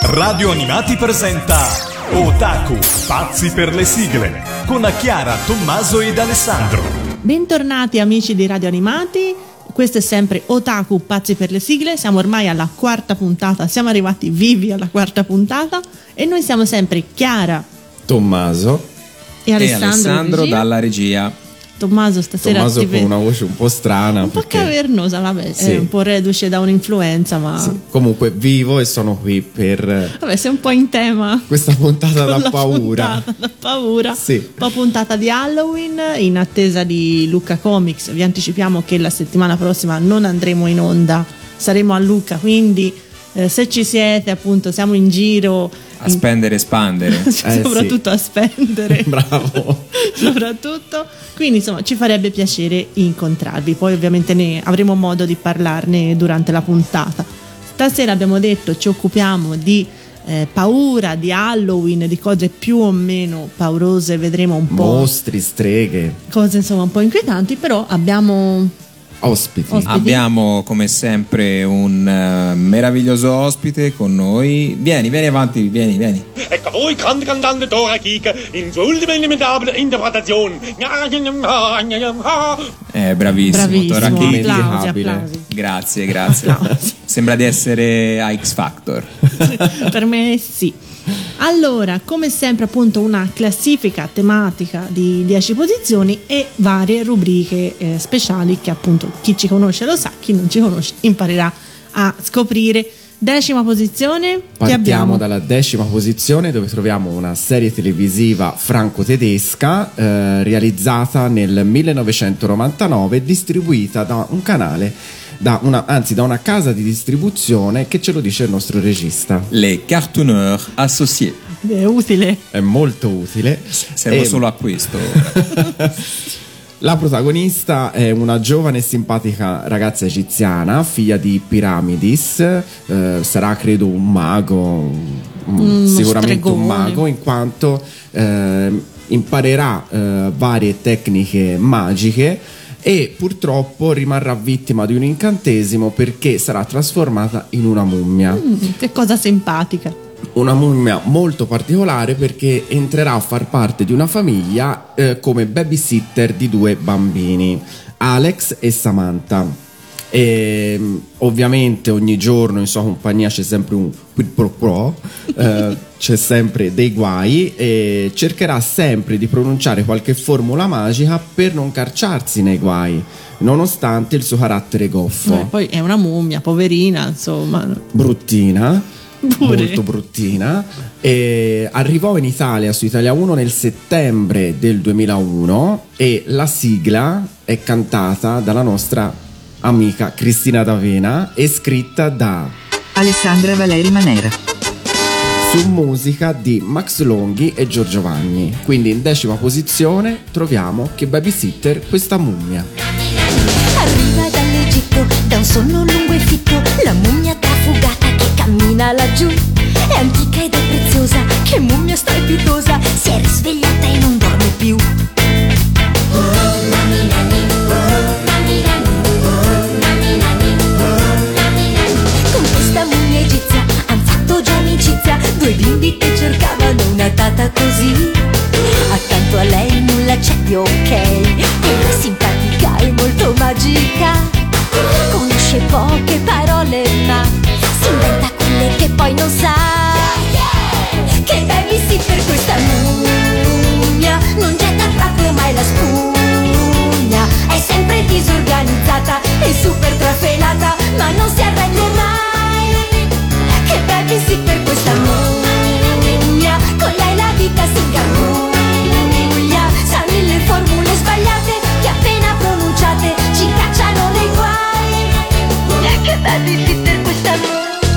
Radio Animati presenta Otaku, pazzi per le sigle, con Chiara, Tommaso ed Alessandro. Bentornati amici di Radio Animati, questo è sempre Otaku, pazzi per le sigle. Siamo ormai alla quarta puntata, siamo arrivati vivi alla quarta puntata e noi siamo sempre Chiara, Tommaso e Alessandro dalla regia. Tommaso stasera con una voce un po' strana, un po' cavernosa, vabbè, sì. È un po' reduce da un'influenza, ma sì. Comunque vivo e sono qui per vabbè, sei un po' in tema questa puntata da paura. Sì. Un po' puntata di Halloween, in attesa di Lucca Comics. Vi anticipiamo che la settimana prossima non andremo in onda, saremo a Lucca, quindi se ci siete, appunto, siamo in giro a spendere e spandere. Soprattutto sì. A spendere. Bravo. Soprattutto. Quindi insomma ci farebbe piacere incontrarvi. Poi ovviamente ne avremo modo di parlarne durante la puntata. Stasera abbiamo detto ci occupiamo di paura, di Halloween, di cose più o meno paurose. Vedremo un po'. Mostri, streghe. Cose insomma un po' inquietanti, però abbiamo... Ospiti. Abbiamo come sempre un meraviglioso ospite con noi. Vieni avanti, vieni. Ecco voi, grande cantante Dora Kika, in sua ultima inimitable interpretazione. Bravissimo, Dora Kika. Applausi. Grazie. Applausi. Sembra di essere a X Factor. Per me sì. Allora, come sempre, appunto, una classifica tematica di 10 posizioni e varie rubriche speciali che, appunto, chi ci conosce lo sa, chi non ci conosce imparerà a scoprire. 10ª posizione. Partiamo dalla 10ª posizione, dove troviamo una serie televisiva franco-tedesca realizzata nel 1999 e distribuita da un canale, da una casa di distribuzione che ce lo dice il nostro regista. Les Cartooneurs Associés. È utile. È molto utile. Servo solo a questo. La protagonista è una giovane e simpatica ragazza egiziana, figlia di Piramidis, sarà credo un mago, sicuramente stregone. Un mago, in quanto imparerà varie tecniche magiche e purtroppo rimarrà vittima di un incantesimo perché sarà trasformata in una mummia. Che cosa simpatica. Una mummia molto particolare perché entrerà a far parte di una famiglia come babysitter di 2 bambini, Alex e Samantha. E ovviamente ogni giorno in sua compagnia c'è sempre un quid pro quo, c'è sempre dei guai e cercherà sempre di pronunciare qualche formula magica per non carciarsi nei guai, nonostante il suo carattere goffo. Poi è una mummia, poverina, insomma. Bruttina. Pure. Molto bruttina, e arrivò in Italia su Italia 1 nel settembre del 2001 e la sigla è cantata dalla nostra amica Cristina D'Avena e scritta da Alessandra Valeri Manera su musica di Max Longhi e Giorgio Vanni. Quindi in 10ª posizione troviamo che babysitter questa mummia. Arriva dall'Egitto, da un sonno lungo e fitto, la mummia trafugata che cammina laggiù. È antica ed è preziosa, che mummia strepitosa, si è risvegliata e non dorme più. Con questa mummia egizia han fatto già amicizia 2 bimbi che cercavano una tata così. Accanto a lei nulla c'è più ok, è simpatica e molto magica, conosce poche parole ma si inventa quelle che poi non sa. Che babysitter questa mummia, non getta proprio mai la spugna, è sempre disorganizzata e super trafelata ma non si arrende mai. Che babysitter questa mummia, con lei la vita si ingarbuglia, sa 1000 formule sbagliate che appena pronunciate ci cacciano nei guai. Che babysitter questa mummia.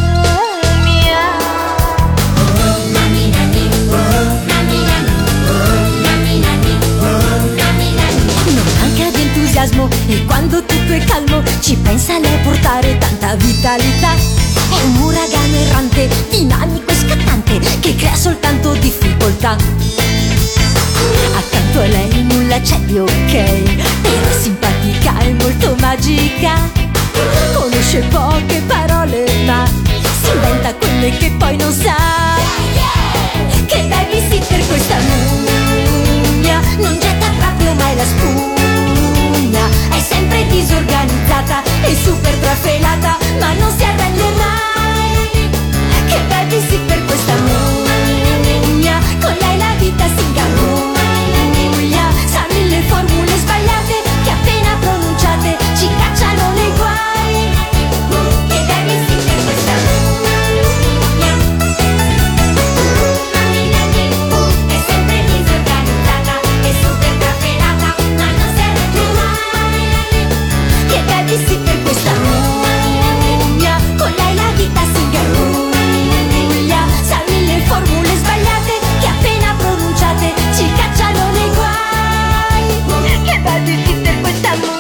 Non manca di entusiasmo e quando tutto è calmo ci pensa lei a portare tanta vitalità. È un uragano errante, dinamico e scattante che crea soltanto difficoltà. Accanto a lei nulla c'è di ok, però è simpatica e molto magica, conosce poche parole ma si inventa quelle e che poi non sa che babysitter questa mummia non getta proprio mai la spugna, è sempre disorganizzata e super trafelata, ma non si arrende mai. Che babysitter questa mummia, con lei la vita si ingannuglia, sa mille formule sbagliate che appena pronunciate ci cacciano nei guai. Che babysitter questa mummia, è sempre disorganizzata e super trafelata, ma non si arrende mai. Che babysitter questa mummia, con lei la vita si ingannuglia, sa mille formule sbagliate che appena pronunciate ci cacciano nei guai. Che babysitter questa mummia.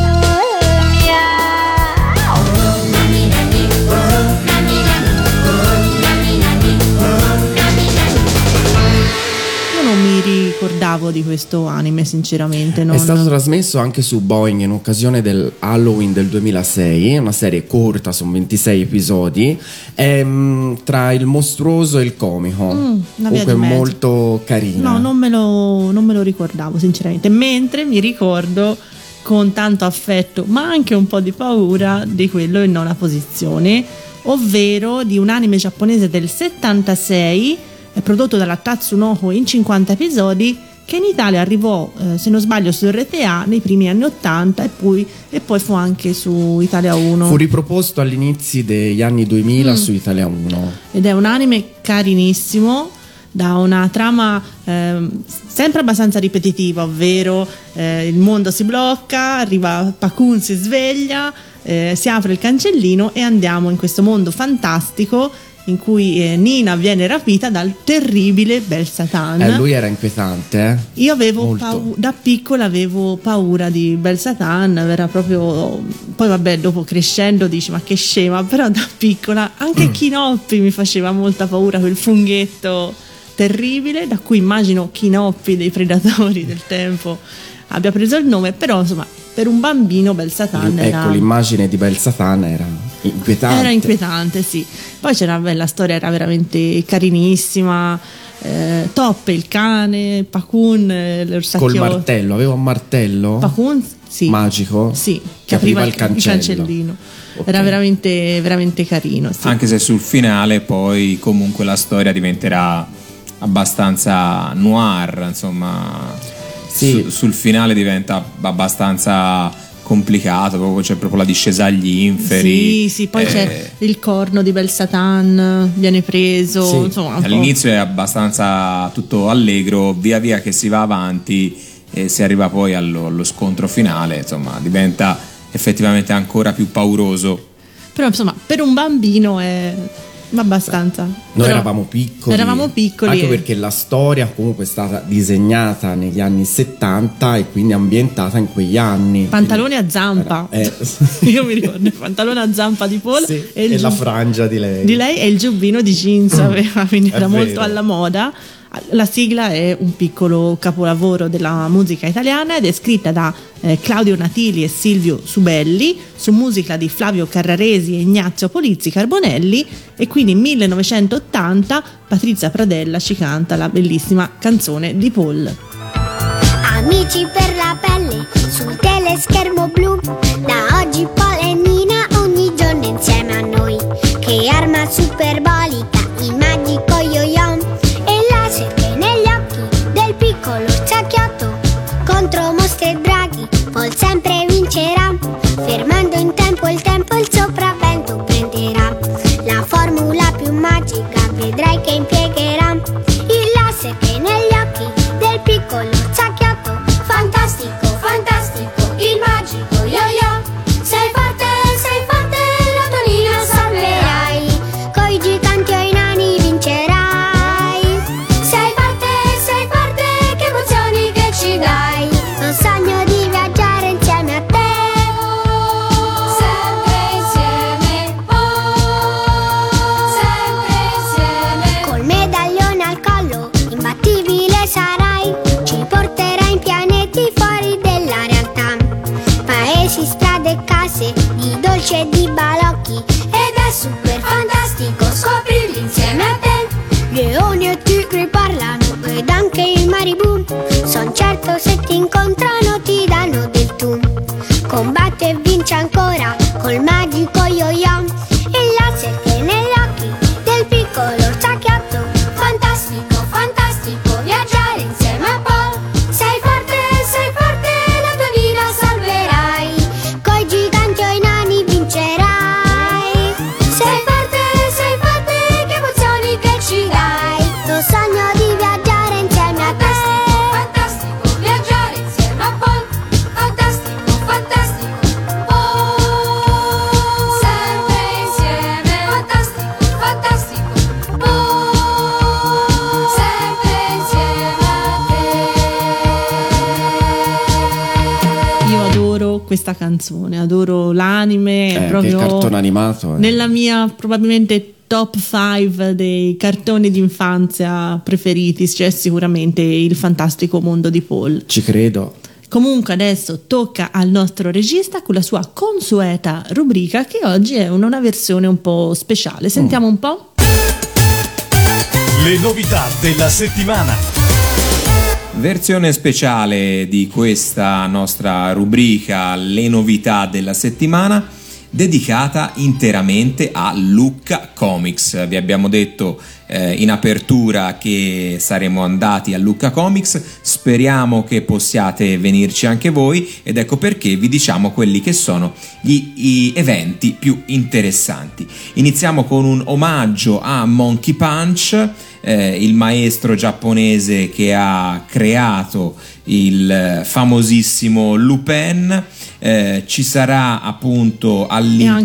Io non mi ricordavo di questo anime, sinceramente. È stato trasmesso anche su Boeing in occasione del Halloween del 2006, è una serie corta, sono 26 episodi, è tra il mostruoso e il comico, una via comunque di mezzo. molto carina. No, non me lo ricordavo, sinceramente. Mentre mi ricordo con tanto affetto, ma anche un po' di paura, di quello in nona posizione, ovvero di un anime giapponese del 76, prodotto dalla Tatsunoko in 50 episodi, che in Italia arrivò, se non sbaglio, su RTA nei primi anni 80 e poi fu anche su Italia 1. Fu riproposto all'inizio degli anni 2000 su Italia 1. Ed è un anime carinissimo, da una trama sempre abbastanza ripetitiva, ovvero il mondo si blocca, arriva Pakun, si sveglia, si apre il cancellino e andiamo in questo mondo fantastico in cui Nina viene rapita dal terribile Bel-Satan. Lui era inquietante, Io avevo Molto. da piccola avevo paura di Bel-Satan, era proprio, poi vabbè, dopo crescendo dici ma che scema, però da piccola anche Kinoppi mi faceva molta paura, quel funghetto terribile da cui immagino Kinoppi dei Predatori del tempo abbia preso il nome, però insomma per un bambino Bel-Satan Ecco, l'immagine di Bel-Satan era inquietante. era inquietante, sì. Poi c'era la storia, era veramente carinissima. Toppe, il cane, Pakun, l'orsacchiotto. Col martello, aveva un martello Pakun, sì. magico, Sì, che apriva il cancello. Ok. Era veramente, veramente carino. Sì. Anche se sul finale poi comunque la storia diventerà abbastanza noir, insomma. Sì. Sul finale diventa abbastanza complicato, c'è proprio la discesa agli inferi. Sì, poi c'è il corno di Bel-Satan, viene preso. Sì. Insomma, un po'. All'inizio è abbastanza tutto allegro, via via che si va avanti e si arriva poi allo scontro finale, insomma diventa effettivamente ancora più pauroso. Però insomma per un bambino è abbastanza. Noi Però eravamo piccoli, anche e- perché la storia comunque è stata disegnata negli anni 70 e quindi ambientata in quegli anni. Pantalone a zampa. Io mi ricordo il pantalone a zampa di Paul Sì, e il la frangia di lei. e il giubbino di jeans aveva, quindi È era molto vero. alla moda. La sigla è un piccolo capolavoro della musica italiana ed è scritta da Claudio Natili e Silvio Subelli su musica di Flavio Carraresi e Ignazio Polizzi Carbonelli, e quindi 1980 Patrizia Pradella ci canta la bellissima canzone di Paul. Amici per la pelle sul teleschermo blu, da oggi Paul e Nina ogni giorno insieme a noi. Che arma superbolica, il magico yo-yo e laser che negli occhi del piccolo orzacchiotto. Contro mostri e draghi Paul sempre vincerà, fermando in tempo il sopravvento prenderà. La formula più magica vedrai che impiegherà, il laser che negli occhi del piccolo orzacchiotto. Fantastico, fantastico, il magico yo-yo. Sei forte, la tua Nina salverai. Coi giganti o i nani vincerai. Sei forte, che emozioni che ci dai. Ho sogno di viaggiare insieme a te. Sempre insieme, oh, sempre insieme. Col questa canzone, adoro l'anime, è Che proprio cartone animato. nella mia probabilmente top 5 dei cartoni d'infanzia preferiti, c'è sicuramente Il fantastico mondo di Paul. Ci credo. Comunque adesso tocca al nostro regista con la sua consueta rubrica, che oggi è una versione un po' speciale. Sentiamo un po'. Le novità della settimana. Versione speciale di questa nostra rubrica, le novità della settimana, dedicata interamente a Lucca Comics. Vi abbiamo detto in apertura che saremo andati a Lucca Comics, speriamo che possiate venirci anche voi, ed ecco perché vi diciamo quelli che sono gli eventi più interessanti. Iniziamo con un omaggio a Monkey Punch, il maestro giapponese che ha creato il famosissimo Lupin. Ci sarà appunto all'interno,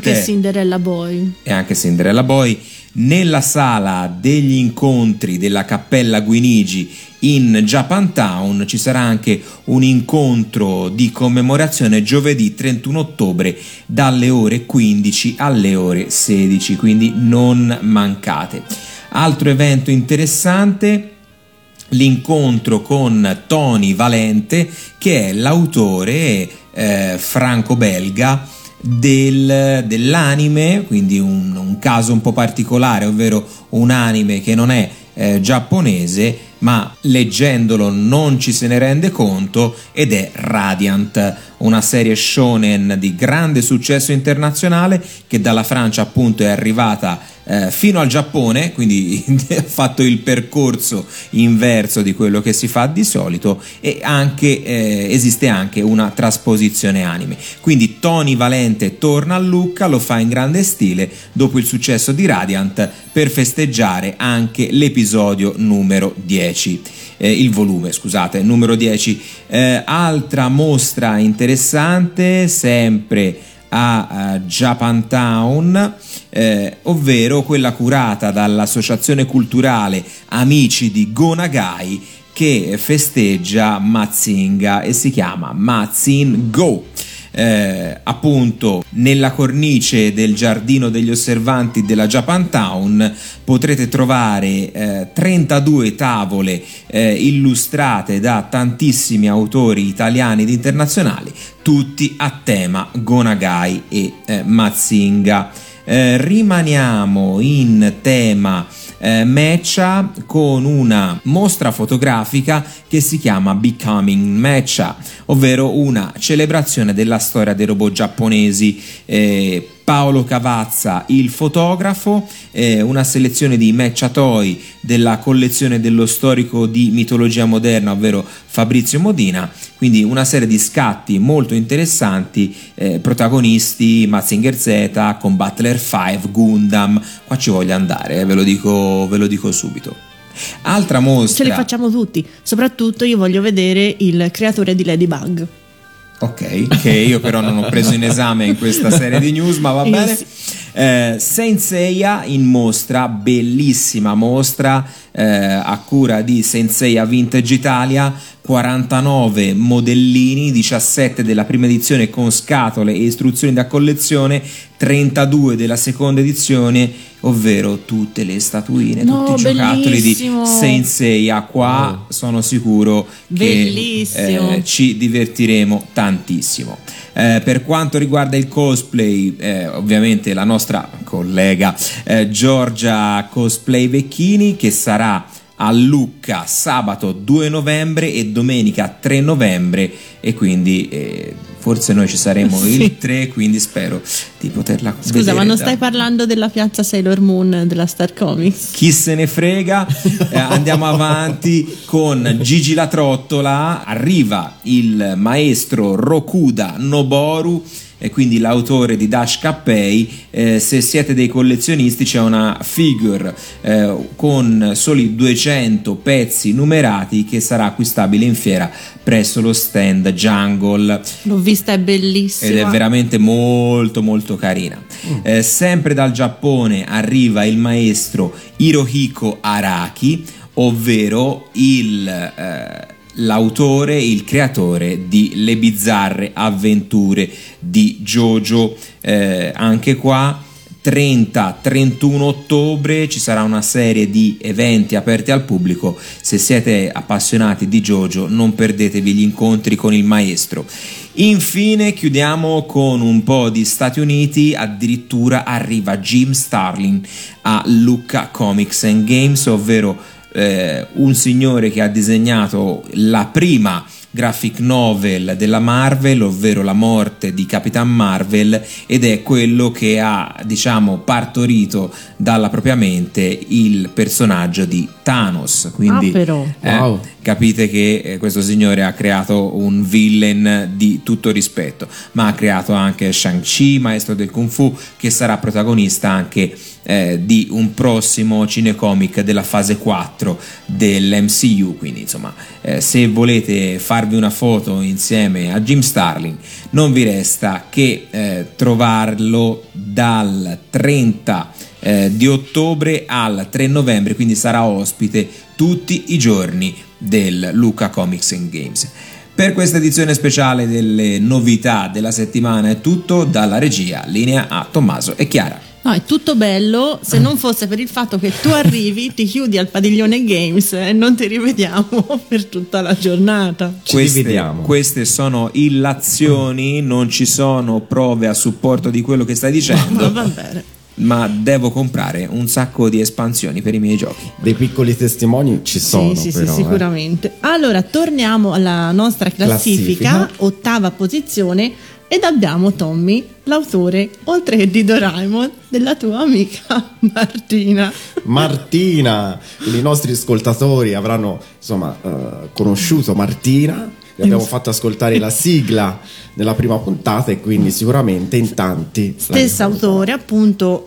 e anche Cinderella Boy nella sala degli incontri della Cappella Guinigi in Japantown. Ci sarà anche un incontro di commemorazione giovedì 31 ottobre dalle ore 15 alle ore 16, quindi non mancate. Altro evento interessante, l'incontro con Tony Valente, che è l'autore franco-belga dell'anime, quindi un caso un po' particolare, ovvero un anime che non è giapponese, ma leggendolo non ci se ne rende conto, ed è Radiant, una serie shonen di grande successo internazionale che dalla Francia appunto è arrivata fino al Giappone, quindi ha fatto il percorso inverso di quello che si fa di solito, e anche esiste anche una trasposizione anime. Quindi Tony Valente torna a Lucca, lo fa in grande stile dopo il successo di Radiant, per festeggiare anche l'episodio numero 10. Il volume, scusate, numero 10. Altra mostra interessante, sempre a Japantown, ovvero quella curata dall'associazione culturale Amici di Go Nagai, che festeggia Mazinga e si chiama Mazin Go. Appunto nella cornice del giardino degli osservanti della Japantown potrete trovare 32 tavole illustrate da tantissimi autori italiani ed internazionali, tutti a tema Go Nagai e Mazinga. Rimaniamo in tema Mecha con una mostra fotografica che si chiama Becoming Mecha, ovvero una celebrazione della storia dei robot giapponesi. Paolo Cavazza, il fotografo, una selezione di Mecha Toy della collezione dello storico di mitologia moderna, ovvero Fabrizio Modina, quindi una serie di scatti molto interessanti, protagonisti Mazinger Z, con Battler 5, Gundam, qua ci voglio andare, ve lo dico subito. Altra mostra. Ce li facciamo tutti, soprattutto io voglio vedere il creatore di Ladybug. Ok, che io però non ho preso in esame in questa serie di news, ma va bene. Saint Seiya in mostra, bellissima mostra a cura di Saint Seiya Vintage Italia, 49 modellini, 17 della prima edizione con scatole e istruzioni da collezione, 32 della seconda edizione, ovvero tutte le statuine, tutti i giocattoli di Saint Seiya. Qua sono sicuro che ci divertiremo tantissimo. Per quanto riguarda il cosplay, ovviamente la nostra collega Giorgia Cosplay Vecchini, che sarà a Lucca sabato 2 novembre e domenica 3 novembre, e quindi forse noi ci saremo il 3, quindi spero di poterla vedere. Scusa, ma non stai parlando della piazza Sailor Moon della Star Comics? Chi se ne frega. Andiamo avanti con Gigi la Trottola. Arriva il maestro Rokuda Noboru, e quindi l'autore di Dash Kappei. Se siete dei collezionisti, c'è una figure con soli 200 pezzi numerati che sarà acquistabile in fiera presso lo stand Jungle. L'ho vista, è bellissima ed è veramente molto molto carina. Sempre dal Giappone arriva il maestro Hirohiko Araki, ovvero il l'autore, il creatore di Le bizzarre avventure di JoJo. Anche qua 30-31 ottobre ci sarà una serie di eventi aperti al pubblico. Se siete appassionati di JoJo, non perdetevi gli incontri con il maestro. Infine chiudiamo con un po' di Stati Uniti. Addirittura arriva Jim Starlin a Lucca Comics and Games, ovvero un signore che ha disegnato la prima graphic novel della Marvel, ovvero La morte di Capitan Marvel, ed è quello che ha, diciamo, partorito dalla propria mente il personaggio di Thanos. Quindi però. Wow. capite che questo signore ha creato un villain di tutto rispetto, ma ha creato anche Shang-Chi, maestro del Kung Fu, che sarà protagonista anche di un prossimo cinecomic della fase 4 dell'MCU. Quindi insomma, se volete farvi una foto insieme a Jim Starlin, non vi resta che trovarlo dal 30 di ottobre al 3 novembre, quindi sarà ospite tutti i giorni del Lucca Comics and Games. Per questa edizione speciale delle novità della settimana è tutto. Dalla regia, linea a Tommaso e Chiara. No, è tutto bello se non fosse per il fatto che tu arrivi, ti chiudi al padiglione Games e non ti rivediamo per tutta la giornata. Queste sono illazioni, non ci sono prove a supporto di quello che stai dicendo. Ma va bene. Ma devo comprare un sacco di espansioni per i miei giochi. Dei piccoli testimoni ci sono, Sì, però, sicuramente. Allora, torniamo alla nostra classifica. Ottava posizione, ed abbiamo, Tommy, l'autore, oltre che di Doraemon, della tua amica Martina. Quindi i nostri ascoltatori avranno insomma conosciuto Martina. Vi abbiamo fatto ascoltare la sigla nella prima puntata e quindi sicuramente in tanti. Stesso autore, appunto,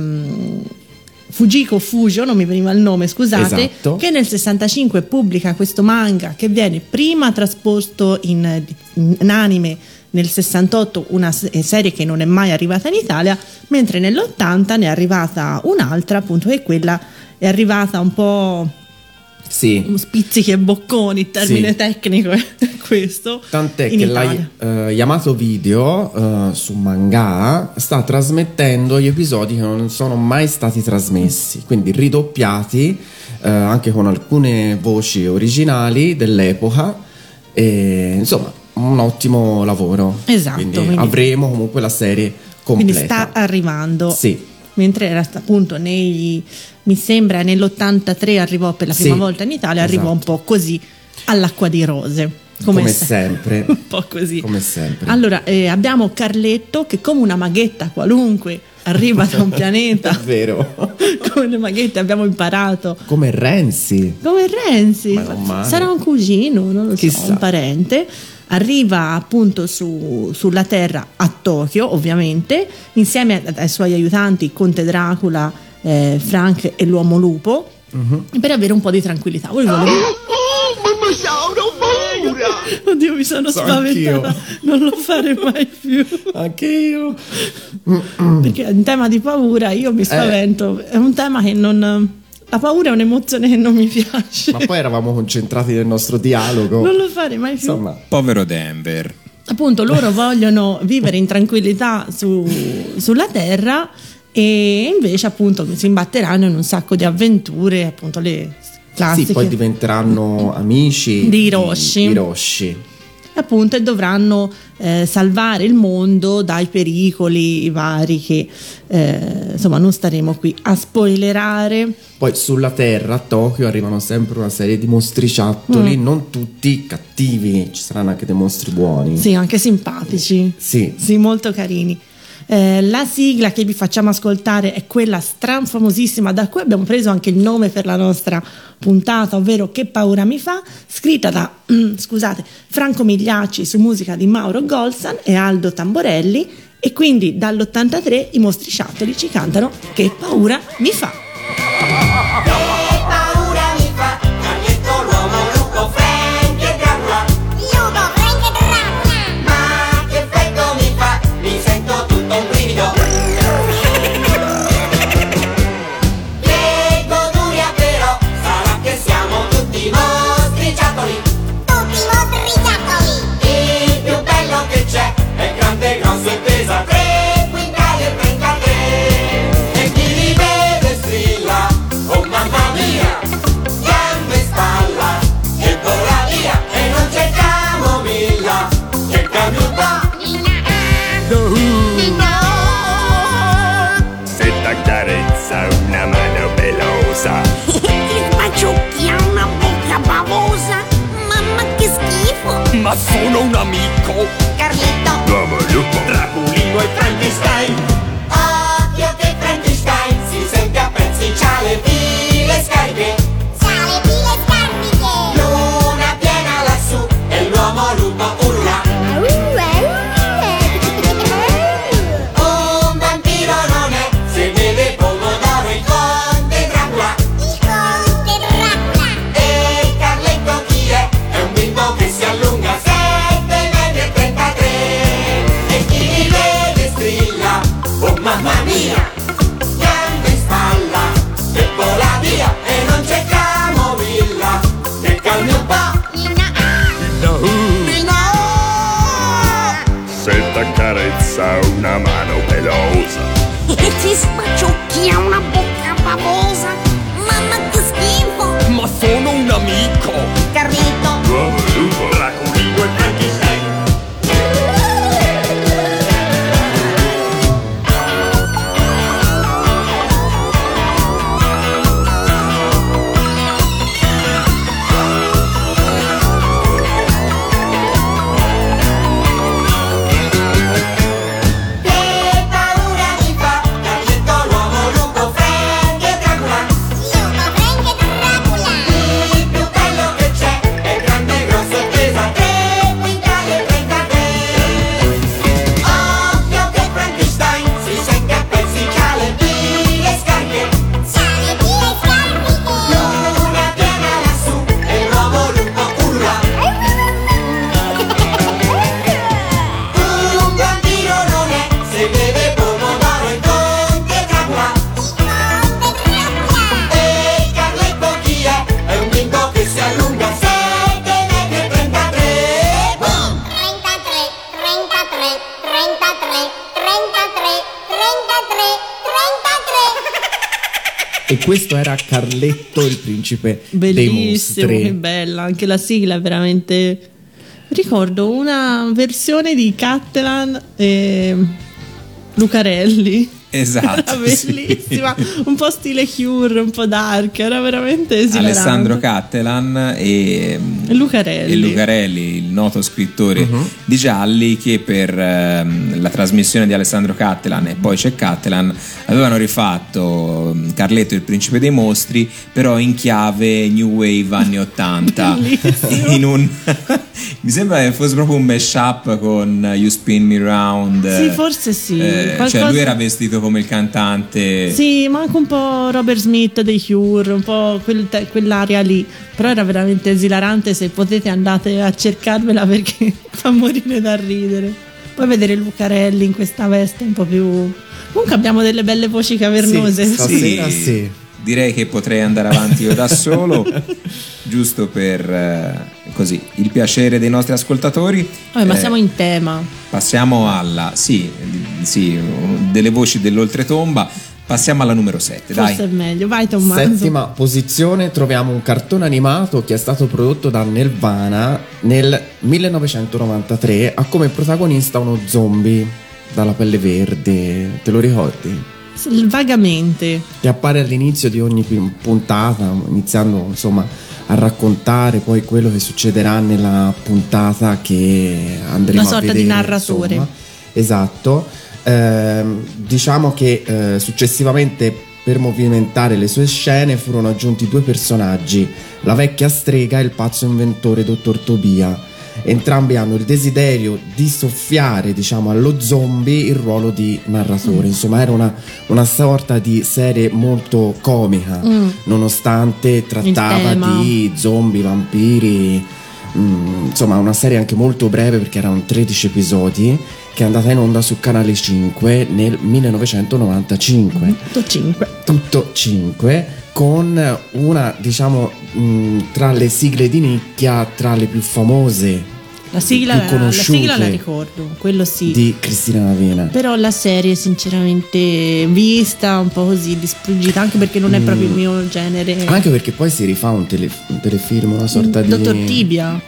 Fujiko Fujo, non mi veniva il nome, scusate, esatto, che nel 65 pubblica questo manga che viene prima trasposto in anime, nel 68 una serie che non è mai arrivata in Italia, mentre nell'80 ne è arrivata un'altra, appunto, che quella è arrivata un po'... Sì. Spizzichi e bocconi, il termine tecnico è questo. Tant'è che la Yamato Video su Manga sta trasmettendo gli episodi che non sono mai stati trasmessi, quindi ridoppiati anche con alcune voci originali dell'epoca, e insomma un ottimo lavoro. Esatto, quindi avremo comunque la serie completa. Quindi sta arrivando. Sì. Mentre era appunto mi sembra nell'83 arrivò per la prima volta in Italia, esatto, arrivò un po' così all'acqua di rose. Come sempre. Un po' così. Come sempre. Allora, abbiamo Carletto che, come una maghetta qualunque, arriva da un pianeta. È vero. Come le maghette abbiamo imparato. Come Renzi. Sarà un cugino, non lo Chissà. so, un parente. Arriva appunto sulla Terra, a Tokyo ovviamente, insieme ai suoi aiutanti Conte Dracula, Frank e l'Uomo Lupo, per avere un po' di tranquillità. Oddio, mi sono spaventata. Non lo fare mai più. Anch'io. Perché in tema di paura io mi spavento. È un tema che non... La paura è un'emozione che non mi piace. Ma poi eravamo concentrati nel nostro dialogo. Non lo fare mai più. Insomma. Povero Denver. Appunto, loro vogliono vivere in tranquillità sulla Terra, e invece appunto si imbatteranno in un sacco di avventure, appunto le classiche. Sì, poi diventeranno amici di Hiroshi. Appunto, e dovranno salvare il mondo dai pericoli vari che insomma non staremo qui a spoilerare. Poi sulla Terra, a Tokyo, arrivano sempre una serie di mostriciattoli, non tutti cattivi, ci saranno anche dei mostri buoni. Sì, anche simpatici. Sì, molto carini. La sigla che vi facciamo ascoltare è quella stranfamosissima, da cui abbiamo preso anche il nome per la nostra puntata, ovvero Che paura mi fa, scritta da Franco Migliacci su musica di Mauro Golsan e Aldo Tamborelli, e quindi dall'83 i mostriciattoli ci cantano Che paura mi fa. Dove Ma sono un amico. Carletto, Draculino e Frankenstein. Occhio che Frankenstein si sente a pezzi, c'ha le pile scariche. c'ha le pile scarmiche. Luna piena lassù e l'uomo lupo urla. Un vampiro non è, se beve pomodoro il conte Dracula. Il conte Dracula. E Carletto chi è? È un bimbo che si allunga 7 metri e 33. E chi li vede strilla, oh mamma mia, gambe in spalla, e vola via e non c'è camomilla, che calmi un po'. Il no. Se t'accarezza una mano pelosa. E ti spacciocchia una bocca bavosa. Mamma che schifo. Ma sono un amico. Carletto, Draculino e Frankenstein. Che paura mi fa, Carletto l'uomo lupo, Frank e Dracula. Lupo, Frank e Dracula. Il più bello che c'è è grande, grosso e pesa 3 quintali e 33. Occhio che Frankenstein si sente a pezzi, c'ha le pile scariche. c'ha le pile scarmiche. Luna piena lassù e l'uomo lupo urla. Un vampiro non è, se beve pomodoro il conte Dracula. E Carletto chi è? È un bimbo che si allunga 7 metri e 33. Boom! 33, 33, 33, 33, 33, 33. E questo era Carletto, il principe dei Bellissimo, che mostri. bella, anche la sigla è veramente. Ricordo una versione di Cattelan e Lucarelli. Esatto, Era sì. bellissima, un po' stile Cure, un po' dark, era veramente esilarante. Alessandro Cattelan e Lucarelli. il noto scrittore di gialli, che per la trasmissione di Alessandro Cattelan e poi c'è Cattelan avevano rifatto Carletto il principe dei mostri, però in chiave New Wave anni 80. In un mi sembra che fosse proprio un mashup con You Spin Me Round. Sì, forse sì. Cioè Qualcosa- lui era vestito come il cantante. Sì, ma anche un po' Robert Smith dei Cure, un po' quell'area lì. Però era veramente esilarante, se potete andate a cercarvela perché fa morire da ridere. Poi vedere Lucarelli in questa veste un po' più. Comunque abbiamo delle belle voci cavernose. Sì, stasera sì. Direi che potrei andare avanti io da solo, giusto per così il piacere dei nostri ascoltatori. Vabbè, ma siamo in tema. Passiamo alla delle voci dell'oltretomba. Passiamo alla numero 7, Forse dai. è meglio. Vai Tommaso. Settima posizione troviamo un cartone animato che è stato prodotto da Nelvana nel 1993, ha come protagonista uno zombie dalla pelle verde, te lo ricordi? Vagamente. Che appare all'inizio di ogni puntata, iniziando insomma a raccontare poi quello che succederà nella puntata che andremo Una a sorta vedere. di narratore. Insomma. Esatto. Diciamo che successivamente, per movimentare le sue scene, furono aggiunti 2 personaggi, la vecchia strega e il pazzo inventore dottor Tobia. Entrambi hanno il desiderio di soffiare, diciamo, allo zombie il ruolo di narratore. Insomma, era una sorta di serie molto comica, nonostante trattava tema. di zombie, vampiri. Insomma, una serie anche molto breve perché erano 13 episodi, che è andata in onda su Canale 5 nel 1995. Tutto 5, con una, diciamo, tra le sigle di nicchia, tra le più famose, La sigla più conosciute la ricordo, quello sì. di Cristina Lavena. Però la serie sinceramente vista un po' così di sfuggita, anche perché non è proprio il mio genere. Anche perché poi si rifà un telefilm, una sorta di Dottor Tibia.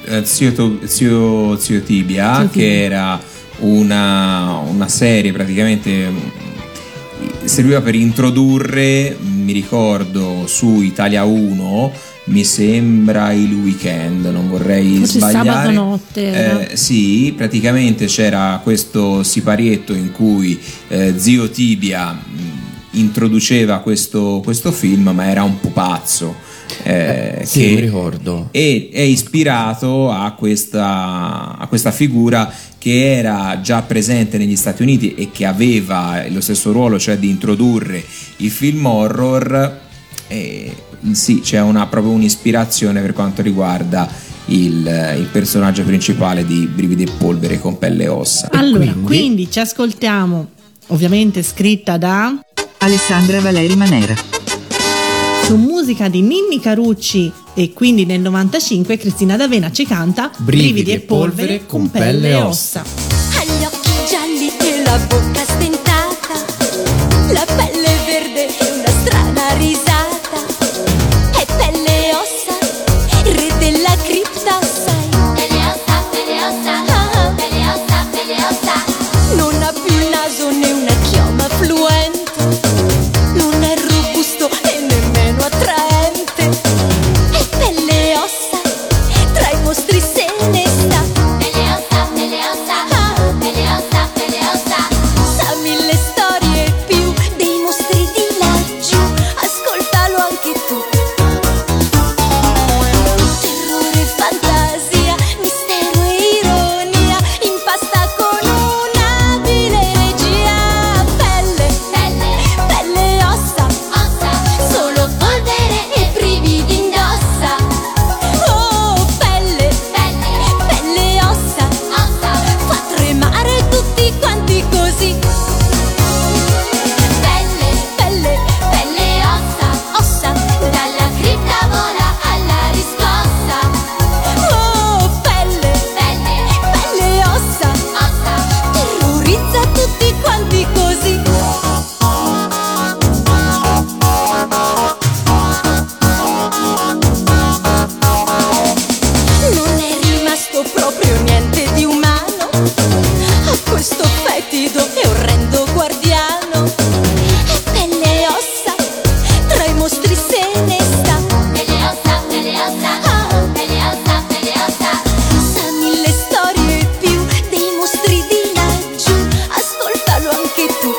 Zio Tibia, che era una serie praticamente serviva per introdurre mi ricordo su Italia 1, mi sembra il weekend, non vorrei forse sbagliare. sabato notte sì, praticamente c'era questo siparietto in cui Zio Tibia introduceva questo film, ma era un pupazzo. Sì, mi ricordo. E è ispirato a questa figura che era già presente negli Stati Uniti e che aveva lo stesso ruolo, cioè di introdurre i film horror. Sì, c'è proprio un'ispirazione per quanto riguarda il personaggio principale di Brividi e Polvere con Pelle e Ossa. Allora, quindi ci ascoltiamo, ovviamente scritta da Alessandra Valeri Manera, su musica di Ninni Carucci, e quindi nel 95 Cristina D'Avena ci canta Brividi e Polvere con Pelle e Ossa. Ha gli occhi gialli e la bocca stentata, la pelle verde e una strana risata, è Pelle e Ossa, re della cripta, sai. Pelle e Ossa, Pelle e Ossa, Pelle e Ossa, Pelle e Ossa. Non ha più il naso né una chioma fluente, non è robusto e nemmeno attraente, è Pelle e Ossa, tra i mostri se ne sta. Pelle e Ossa, Pelle e Ossa, Pelle e Ossa, Pelle e Ossa. Sa mille storie e più dei mostri di laggiù, ascoltalo anche tu. Terrore, fantasia, mistero e ironia, impasta con un'abile regia. Pelle, pelle, pelle e ossa, ossa, solo polvere e brividi indossa. Oh, pelle, pelle, pelle e ossa, ossa, fa tremare tutti quanti così. Pelle, pelle, pelle e ossa, ossa, dalla cripta vola alla riscossa. Oh, pelle, pelle, pelle e ossa, ossa, terrorizza tutti quanti così. Non è rimasto proprio niente di umano a questo fetido e orrendo guardiano. È Pelle e Ossa, tra i mostri se ne sta. Pelle e Ossa, Pelle e Ossa, Pelle e Ossa, Pelle e Ossa. Sa mille storie e più dei mostri di laggiù, ascoltalo anche tu.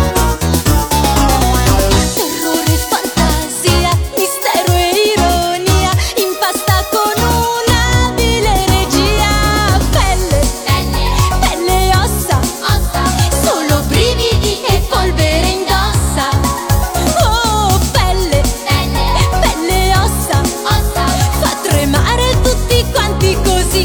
Terrore, fantasia, mistero e ironia, impasta con un'abile regia. Pelle, pelle, pelle e ossa, ossa, solo brividi e polvere indossa. Oh, pelle, pelle, pelle e ossa, ossa, fa tremare tutti quanti così.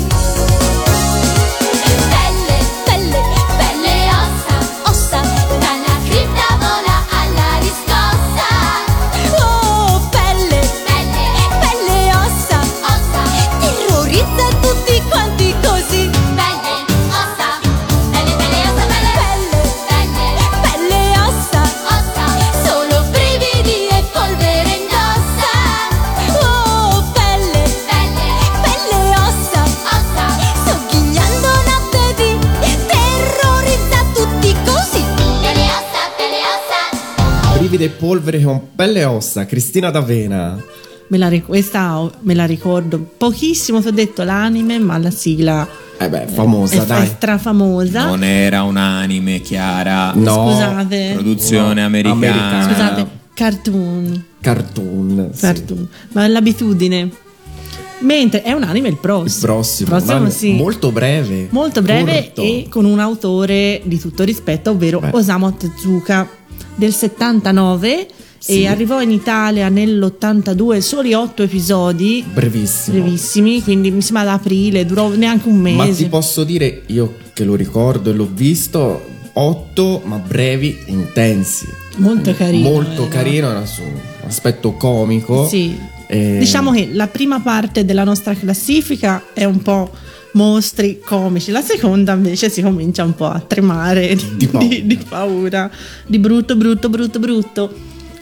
Pelle, pelle, pelle e ossa, ossa, dalla cripta vola alla riscossa. Oh, pelle, pelle, pelle e ossa, ossa, terrorizza tutti quanti così. Pelle, ossa, pelle, pelle e ossa, pelle, pelle e ossa, ossa, solo brividi e polvere indossa. Oh, pelle, pelle, pelle e ossa, ossa, sogghignando notte di terrorizza tutti così. Pelle e ossa, pelle e ossa. Brividi e Polvere con Pelle e Ossa, Cristina D'Avena. questa me la ricordo pochissimo, ti ho detto l'anime, ma la sigla Famosa, è dai. strafamosa. Non era un anime, Chiara. No. Scusate, Produzione No, americana. scusate, cartoon, Cartoon. Sì. cartoon. Ma è l'abitudine. Mentre è un anime il prossimo. Il prossimo, sì. molto breve. Molto breve corto. e con un autore di tutto rispetto, ovvero Beh. Osamu Tezuka, del 79. Sì. E arrivò in Italia nell'82, soli 8 episodi, Brevissimo. brevissimi, quindi mi sembra ad aprile, durò neanche un mese. Ma ti posso dire, io che lo ricordo e l'ho visto, 8 ma brevi, intensi. Molto carino, Molto era. carino, era su un aspetto comico. Sì. E- Diciamo che la prima parte della nostra classifica è un po' mostri comici, la seconda invece si comincia un po' a tremare Di paura. di paura, di brutto.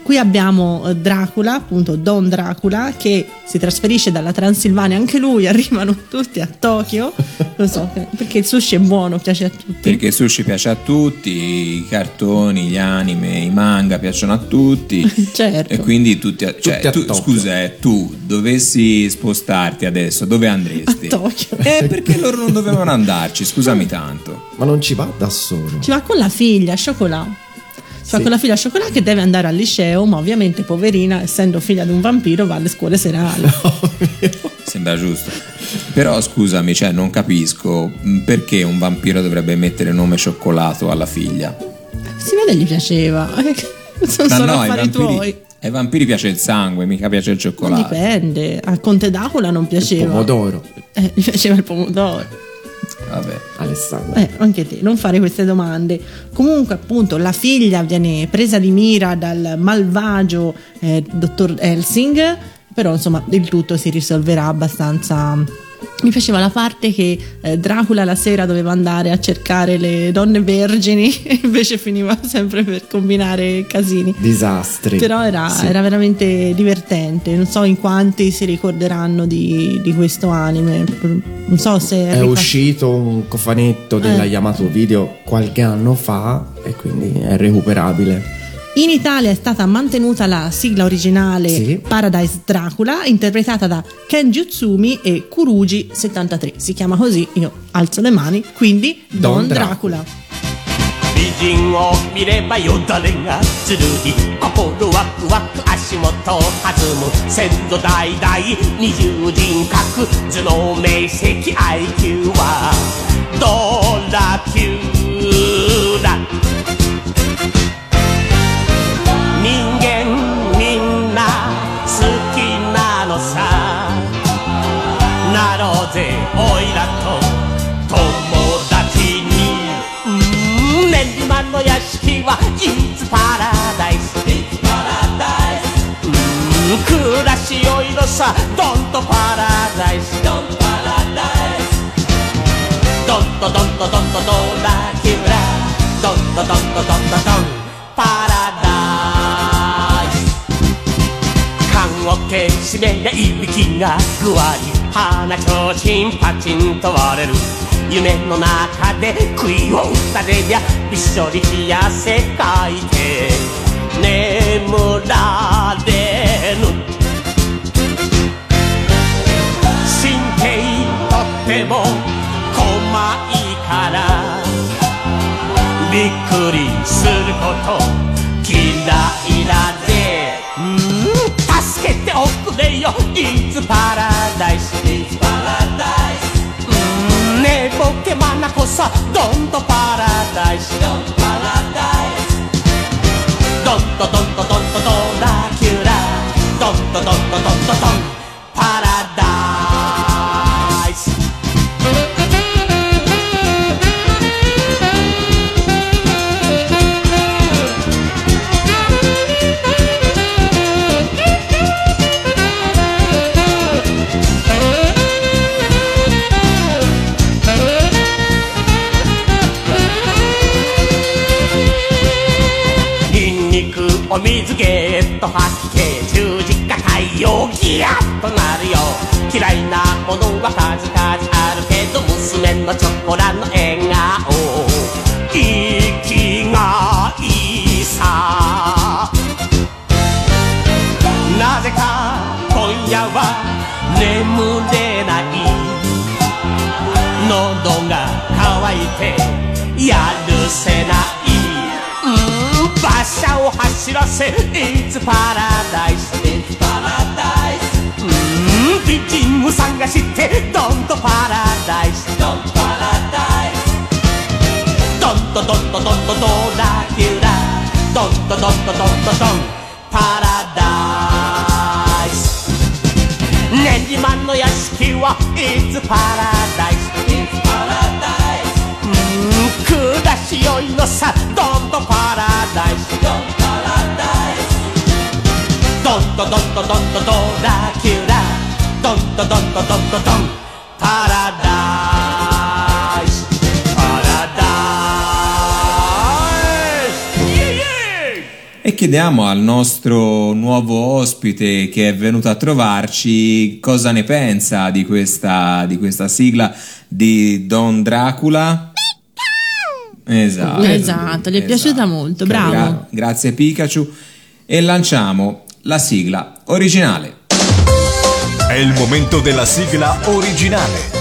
Qui abbiamo Dracula, appunto Don Dracula, che si trasferisce dalla Transilvania, anche lui, arrivano tutti a Tokyo, lo so, perché il sushi è buono, piace a tutti. Perché il sushi piace a tutti, i cartoni, gli anime, i manga piacciono a tutti. Certo. E quindi tutti Tutti a Tokyo. scusa, tu dovessi spostarti adesso, dove andresti? A Tokyo. Perché loro non dovevano andarci, scusami tanto. Ma non ci va da solo. Ci va con la figlia, Chocolat. Ci va con la figlia Chocolat che deve andare al liceo, ma ovviamente poverina, essendo figlia di un vampiro, va alle scuole serali. Sembra giusto. Però scusami, cioè non capisco perché un vampiro dovrebbe mettere il nome Cioccolato alla figlia. Si vede gli piaceva. Sono Ma solo no, affari tuoi. ai vampiri piace il sangue, mica piace il cioccolato. Dipende. Al Conte Dracula non piaceva. Il pomodoro. Gli piaceva il pomodoro. Vabbè. Alessandro. Anche te, non fare queste domande. Comunque, appunto, la figlia viene presa di mira dal malvagio dottor Helsing, però insomma il tutto si risolverà abbastanza. Mi piaceva la parte che Dracula la sera doveva andare a cercare le donne vergini e invece finiva sempre per combinare casini. Disastri. Però era veramente divertente. Non so in quanti si ricorderanno di questo anime. Non so se è uscito un cofanetto della Yamato Video qualche anno fa e quindi è recuperabile. In Italia è stata mantenuta la sigla originale, sì, Paradise Dracula, interpretata da Ken Jutsumi e Kuruji 73. Si chiama così, io alzo le mani, quindi Don Dracula. 美人を見ればよだれがつるり心ワクワク足元弾む先祖代々二重人格頭脳明晰 IQ はドラキュラ人間みんな好きなのさなろうぜおいらと友達にねんじまの屋敷は It's Paradise It's Paradise 暮らしよいのさ Don't Paradise Don't Paradise ドンとドンとドンとドラキュラドンとドンとドンとドンパラダイス缶をけしめりゃいびきがぐわり鼻ちょうちんパチンと割れる夢の中で杭を打たれりゃびっしょり冷や汗かいて眠られぬ神経とっても細いからびっくりすること嫌いだぜ助けておくれよ It's Paradise It's Paradise ねえボケマナコさ Don't Paradise Don't Paradise ドンとドンとドンとドラキュラドンとドンとドンとドンパラダイスお水ゲット吐き気十字架太陽ギヤッとなるよ嫌いなものは数々あるけど娘のチョコラの笑顔生きがいいさなぜか今夜は眠れない喉が渇いてやるせない馬車を走らせ It's Paradise It's Paradise 美人を探して Don't Paradise Don't Paradise ドンとドンとドンとドラキュラドンとドンとドンとドンパラダイスねんじまの屋敷は It's Paradise It's Paradise 暮らしよいのさ Don't Paradise Don't Paradise ドンとドンとドンとドラキュラドンとドンとドンとドンパラダイスパラダイスイエイイエイ E e chiediamo al nostro nuovo ospite che è venuto a trovarci cosa ne pensa di questa sigla di Don Dracula. Esatto, gli è piaciuta molto, bravo. Grazie Pikachu. E lanciamo la sigla originale. È il momento della sigla originale.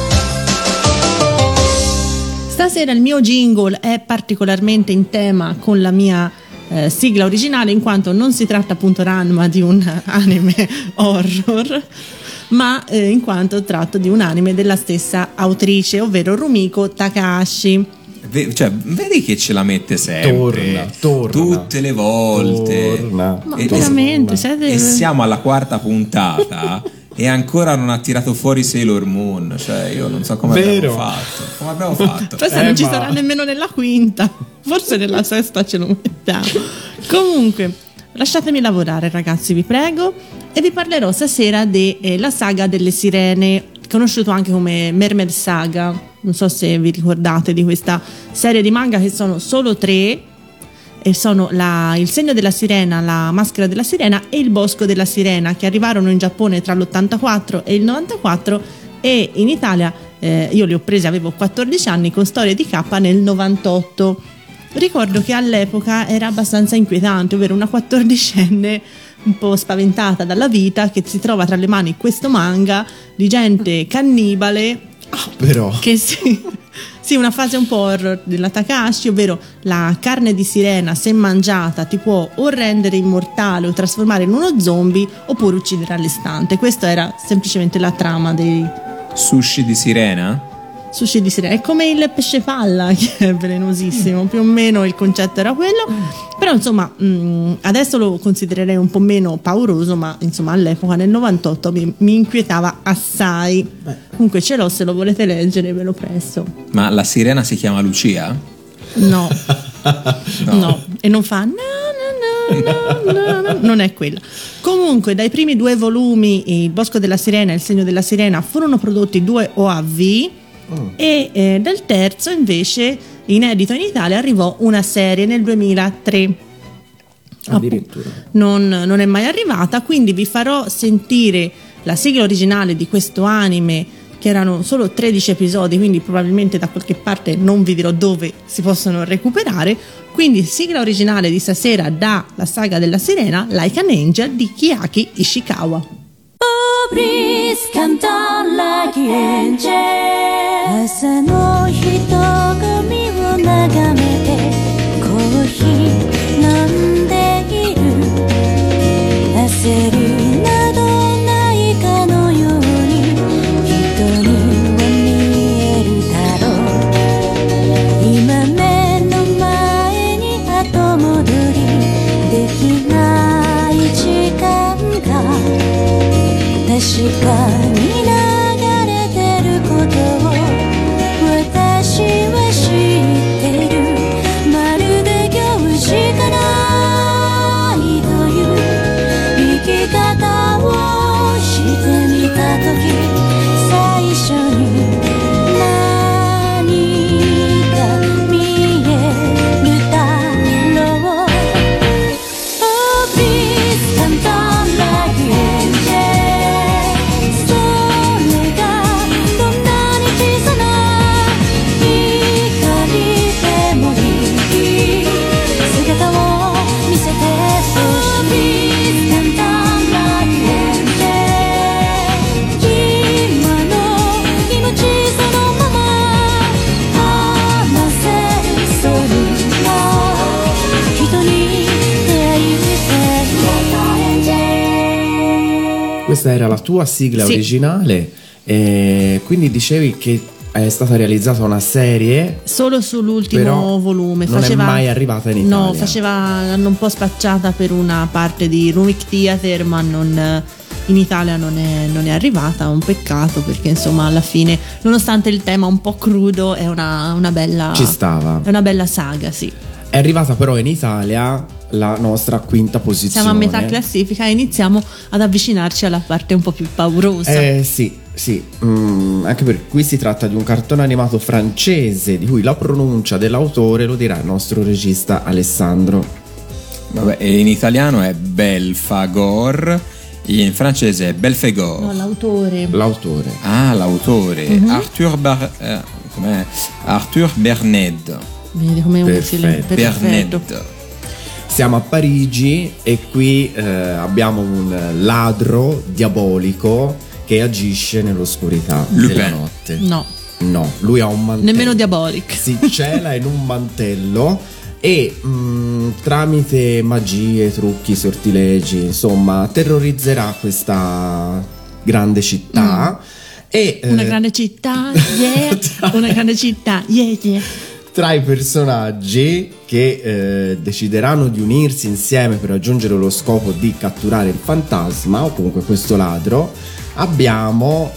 Stasera il mio jingle è particolarmente in tema con la mia sigla originale, in quanto non si tratta appunto Ranma di un anime horror, ma in quanto tratto di un anime della stessa autrice, ovvero Rumiko Takahashi. Vedi che ce la mette sempre, torna tutte le volte. Ma veramente, e siamo alla quarta puntata e ancora non ha tirato fuori Sailor Moon. Cioè, io non so come abbiamo fatto. Forse non ci sarà nemmeno nella quinta, forse nella sesta ce lo mettiamo. Comunque, lasciatemi lavorare, ragazzi, vi prego, e vi parlerò stasera della saga delle sirene, conosciuto anche come Mermaid Saga. Non so se vi ricordate di questa serie di manga, che sono solo 3, e sono Il segno della sirena, La maschera della sirena e Il bosco della sirena, che arrivarono in Giappone tra l'84 e il 94, e in Italia io li ho presi, avevo 14 anni, con Storie di K nel 98. Ricordo che all'epoca era abbastanza inquietante, ovvero una 14enne un po' spaventata dalla vita che si trova tra le mani questo manga di gente cannibale. Però Che sì, una fase un po' horror della Takahashi, ovvero la carne di sirena, se mangiata, ti può o rendere immortale o trasformare in uno zombie, oppure uccidere all'istante. Questa era semplicemente la trama dei Sushi di sirena? sushi di sirena. È come il pesce palla, che è velenosissimo, più o meno il concetto era quello. Però insomma, adesso lo considererei un po' meno pauroso, ma insomma all'epoca nel 98 mi inquietava assai. Comunque ce l'ho, se lo volete leggere ve lo presto. Ma la sirena si chiama Lucia? No. No, e non fa no, non è quella. Comunque dai primi 2 volumi, Il bosco della sirena e Il segno della sirena, furono prodotti 2 OAV, e dal terzo invece, inedito in Italia, arrivò una serie nel 2003. addirittura Non è mai arrivata, quindi vi farò sentire la sigla originale di questo anime, che erano solo 13 episodi, quindi probabilmente da qualche parte non vi dirò dove si possono recuperare. Quindi sigla originale di stasera da La saga della sirena, Like an Angel di Chiaki Ishikawa. Oh, please come down like an angel. 朝の人混みを眺めてコーヒー飲んでいる。焦りなどないかのように人には見えるだろう。今目の前に後戻りできない時間が確かに流れてることを私は知っている。まるで行事がないという生き方をしてみたとき、最初に何が見えるだろう。 Oh please come down like an angel。 それがどんなに小さな光でもいい姿を見せてほしい。 Oh please come down like an angel。 今の気持ちそのまま話せそうな人に出会いて。 questa era la tua sigla Sì. originale, e quindi dicevi che è stata realizzata una serie. Solo sull'ultimo Però volume. non è mai arrivata in No, Italia. l'hanno un po' spacciata per una parte di Rumik Theater, ma in Italia non è arrivata. Un peccato, perché insomma alla fine, nonostante il tema un po' crudo, è una bella, Ci stava. è una bella saga, sì. È arrivata però in Italia la nostra quinta posizione. Siamo a metà classifica e iniziamo ad avvicinarci alla parte un po' più paurosa. Sì. Anche perché qui si tratta di un cartone animato francese di cui la pronuncia dell'autore lo dirà il nostro regista Alessandro. Vabbè, e in italiano è Belfagor, in francese è Belfegor. No, l'autore. Ah, l'autore. Com'è? Arthur Berned. Vedi come è utile. Berned. Siamo a Parigi e qui abbiamo un ladro diabolico che agisce nell'oscurità della notte. No, lui ha un mantello. Nemmeno Diabolic. Si cela in un mantello e tramite magie, trucchi, sortilegi, insomma, terrorizzerà questa grande città. E, una grande città, yeah. Una grande città, yeah, yeah. Tra i personaggi che decideranno di unirsi insieme per raggiungere lo scopo di catturare il fantasma, o comunque questo ladro, abbiamo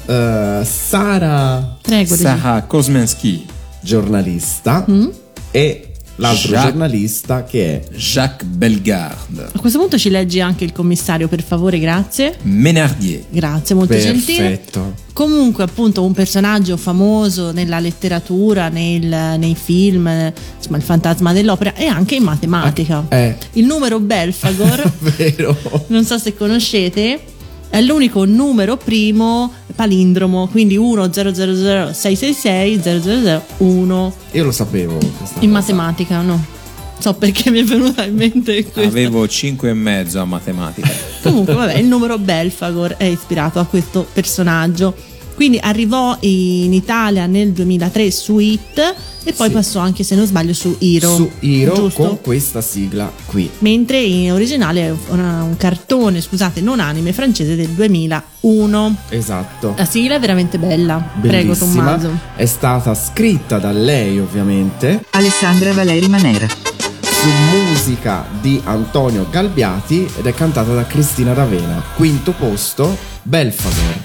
Sara Kosminski, giornalista, e l'altro giornalista che è Jacques Bellegarde. A questo punto ci leggi anche il commissario, per favore, grazie. Menardier. Grazie, molto gentile. Perfetto. Comunque, appunto, un personaggio famoso nella letteratura, nei film, insomma, il fantasma dell'opera, e anche in matematica. Il numero Belfagor, vero? Non so se conoscete, è l'unico numero primo palindromo, quindi 1 0 0 0 6 6 6 0 0 0 1. Io lo sapevo in matematica, no? So perché mi è venuta in mente questa. Avevo 5,5 a matematica. Comunque, vabbè, il numero Belfagor è ispirato a questo personaggio. Quindi arrivò in Italia nel 2003 su It e poi passò anche, se non sbaglio, su Hero, giusto? Con questa sigla qui. Mentre in originale è un cartone, scusate, non anime, francese del 2001. Esatto. La sigla è veramente bella. Bellissima. Prego, Tommaso. È stata scritta da lei, ovviamente, Alessandra Valeri Manera, su musica di Antonio Galbiati, ed è cantata da Cristina D'Avena. Quinto posto, Belfagor.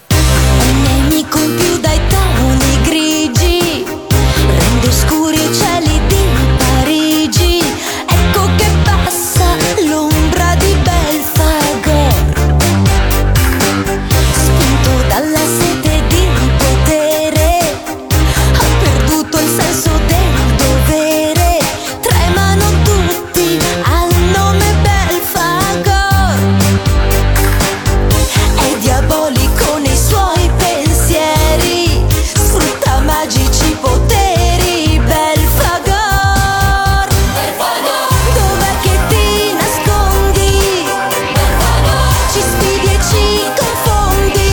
Nemico più dai tavoli grigi, rende scuri i cieli di Parigi. Ecco che passa l'ombra di Belfagor, spinto dalla sete di potere, ha perduto il senso del dovere. Tremano tutti al nome Belfagor, è diabolico nei suoi pensieri, sfrutta magici poteri. Belfagor, dov'è che ti nascondi? Ci sfidi e ci confondi.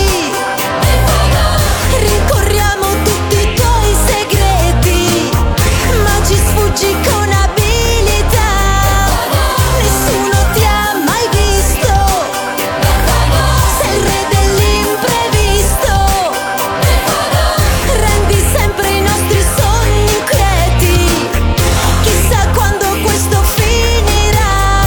Ricorriamo tutti i tuoi segreti, ma ci sfuggi con abilità. Nessuno ti ha mai visto, sei il re dell'imprevisto. Rendi sempre i nostri sogni inquieti, chissà quando questo finirà.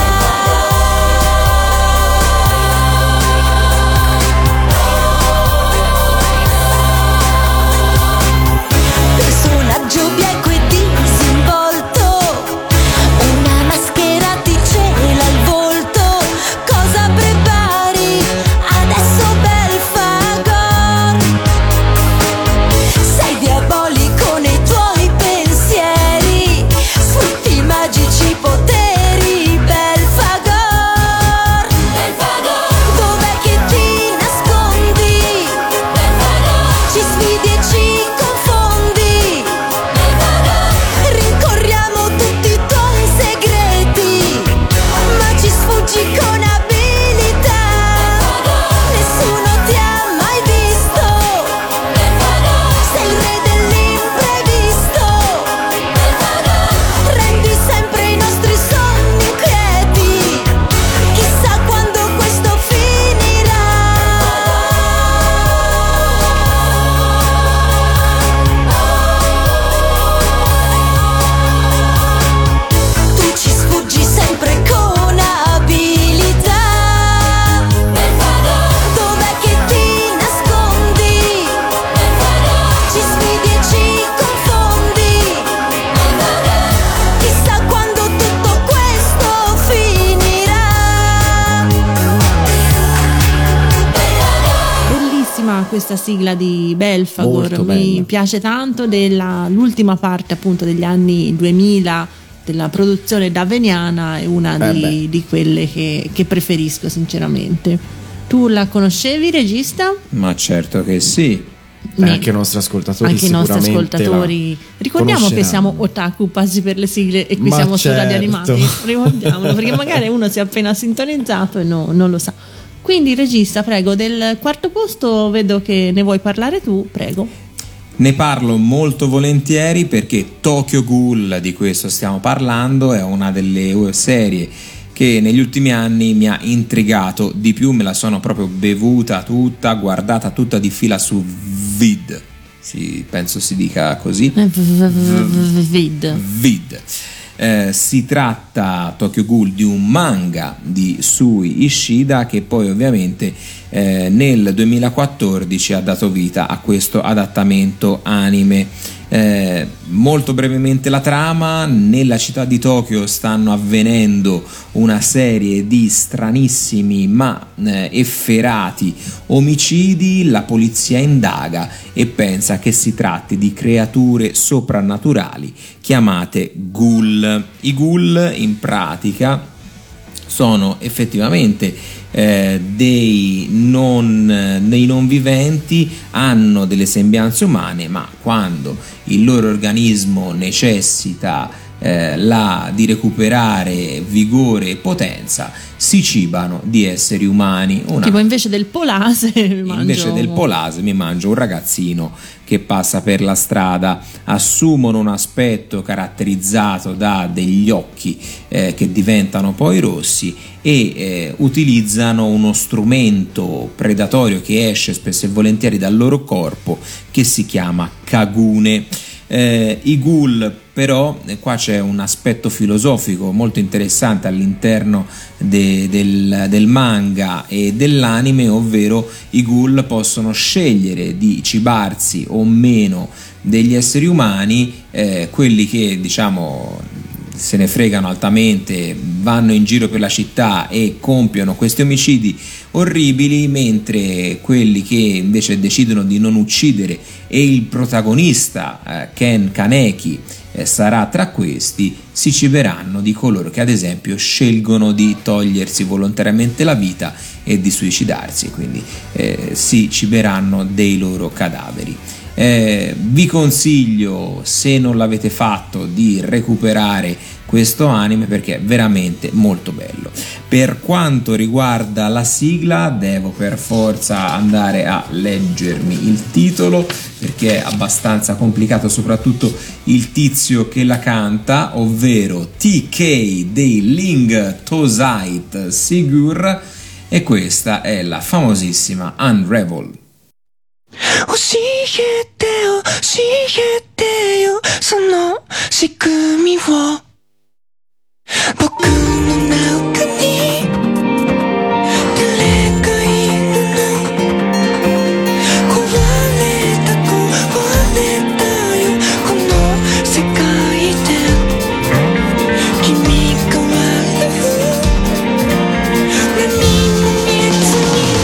Personaggio bieco e disinvolto, una maschera ti cela il volto. Cosa prepari adesso, Belfagor? Sei diabolico nei tuoi pensieri, sfrutti i magici poteri. Belfagor, dov'è che ti nascondi? Ci sfidi e ci confondi. Ricorriamo tutti i tuoi segreti, ma ci sfuggi con abilità. Nessuno ti ha mai visto, sei il re dell'imprevisto. Rendi sempre i nostri sogni inquieti, chissà quando questo finirà. Tu ci sfuggi sempre con abilità. Dov'è che ti nascondi? Ci sfidi e ci confondi. Chissà quando tutto questo finirà. Bellissima questa sigla di Belfagor, Molto mi bella. piace tanto, l'ultima parte appunto degli anni 2000 della produzione daveniana è una di quelle che preferisco sinceramente. Tu la conoscevi, regista? Ma certo che sì. Anche i nostri ascoltatori anche i nostri ascoltatori ricordiamo che siamo otaku pazzi per le sigle e qui siamo su Radio Animati, ricordiamolo perché magari uno si è appena sintonizzato e non lo sa. Quindi regista, prego, del quarto posto vedo che ne vuoi parlare tu, prego. Ne parlo molto volentieri perché Tokyo Ghoul, di questo stiamo parlando, è una delle serie che negli ultimi anni mi ha intrigato di più, me la sono proprio bevuta tutta, guardata tutta di fila su Vid, penso si dica così. Vid. Si tratta, Tokyo Ghoul, di un manga di Sui Ishida che poi ovviamente nel 2014 ha dato vita a questo adattamento anime. Molto brevemente la trama: nella città di Tokyo stanno avvenendo una serie di stranissimi ma efferati omicidi. La polizia indaga e pensa che si tratti di creature soprannaturali chiamate ghoul. I ghoul in pratica sono effettivamente dei non viventi, hanno delle sembianze umane, ma quando il loro organismo necessita di recuperare vigore e potenza si cibano di esseri umani. Tipo invece del polase mi mangio un ragazzino che passa per la strada. Assumono un aspetto caratterizzato da degli occhi che diventano poi rossi e utilizzano uno strumento predatorio che esce spesso e volentieri dal loro corpo che si chiama kagune. I ghoul, però, qua c'è un aspetto filosofico molto interessante all'interno del manga e dell'anime, ovvero i ghoul possono scegliere di cibarsi o meno degli esseri umani, quelli che diciamo se ne fregano altamente, vanno in giro per la città e compiono questi omicidi orribili, mentre quelli che invece decidono di non uccidere e il protagonista Ken Kaneki sarà tra questi, si ciberanno di coloro che ad esempio scelgono di togliersi volontariamente la vita e di suicidarsi, quindi si ciberanno dei loro cadaveri. Vi consiglio, se non l'avete fatto, di recuperare questo anime perché è veramente molto bello. Per quanto riguarda la sigla, devo per forza andare a leggermi il titolo perché è abbastanza complicato, soprattutto il tizio che la canta, ovvero TK dei Ling Tosite Sigur, e questa è la famosissima Unravel. 教えてよ教えてよその仕組みを僕の中に誰がいるの壊れたよこの世界で君が笑う何も見えずに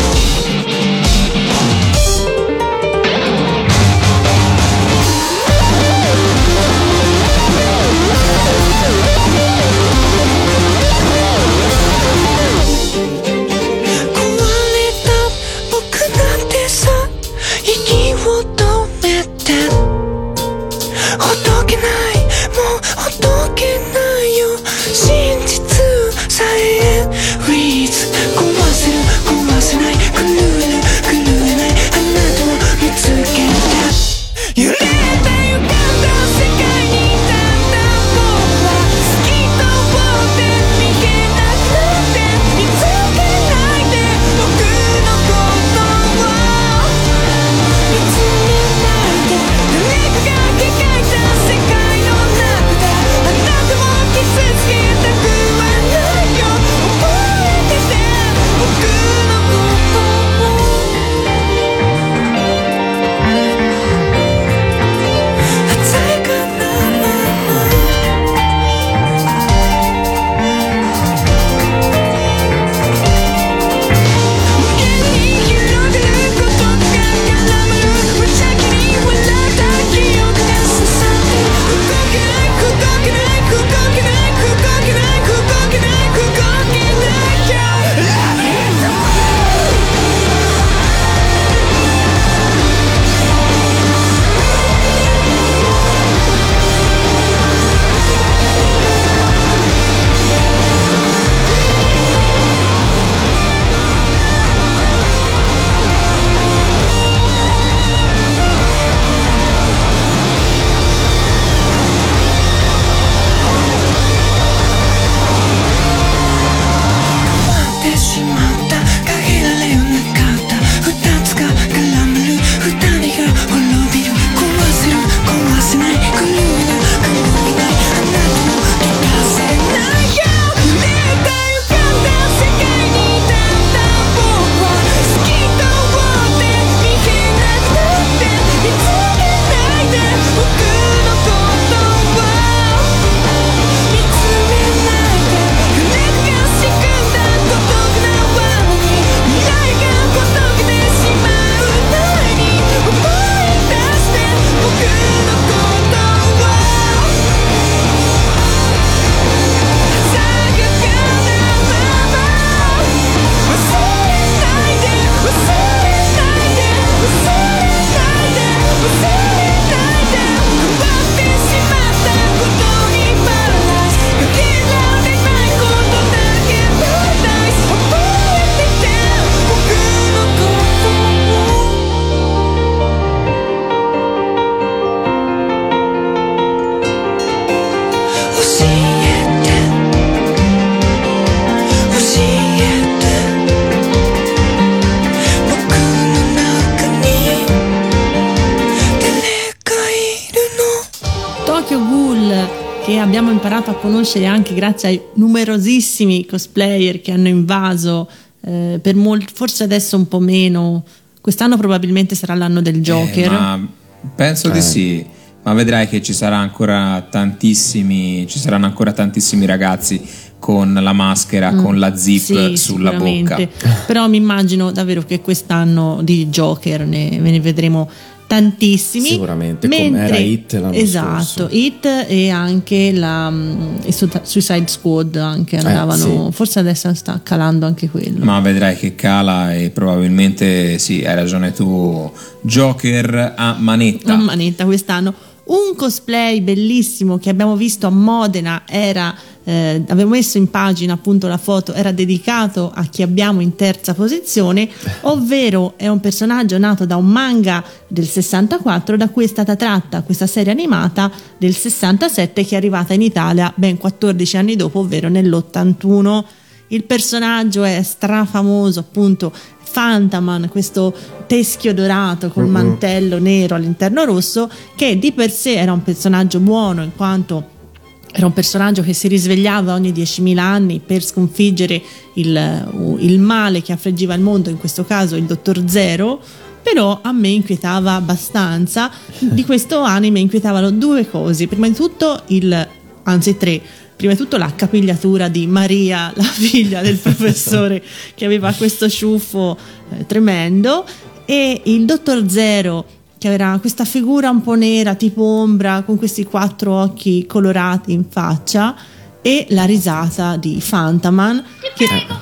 che abbiamo imparato a conoscere anche grazie ai numerosissimi cosplayer che hanno invaso forse adesso un po' meno, quest'anno probabilmente sarà l'anno del Joker, ma penso di sì, ma vedrai che ci saranno ancora tantissimi ragazzi con la maschera, con la zip sulla bocca. Però mi immagino davvero che quest'anno di Joker ve ne vedremo tantissimi, sicuramente, come era Hit l'anno scorso. Hit e anche i Suicide Squad anche andavano, forse adesso sta calando anche quello, ma vedrai che cala e probabilmente sì, hai ragione tu, Joker a manetta quest'anno. Un cosplay bellissimo che abbiamo visto a Modena avevo messo in pagina appunto la foto, era dedicato a chi abbiamo in terza posizione, ovvero è un personaggio nato da un manga del 64 da cui è stata tratta questa serie animata del 67 che è arrivata in Italia ben 14 anni dopo, ovvero nell'81. Il personaggio è strafamoso, appunto Fantaman, questo teschio dorato col mantello nero all'interno rosso, che di per sé era un personaggio buono in quanto era un personaggio che si risvegliava ogni 10.000 anni per sconfiggere il male che affliggiva il mondo, in questo caso il Dottor Zero. Però a me inquietava abbastanza. Di questo anime inquietavano due cose, prima di tutto tre. Prima di tutto la capigliatura di Maria, la figlia del professore, che aveva questo ciuffo tremendo, e il Dottor Zero, che era questa figura un po' nera, tipo ombra, con questi 4 occhi colorati in faccia, e la risata di Fantaman. Ti prego,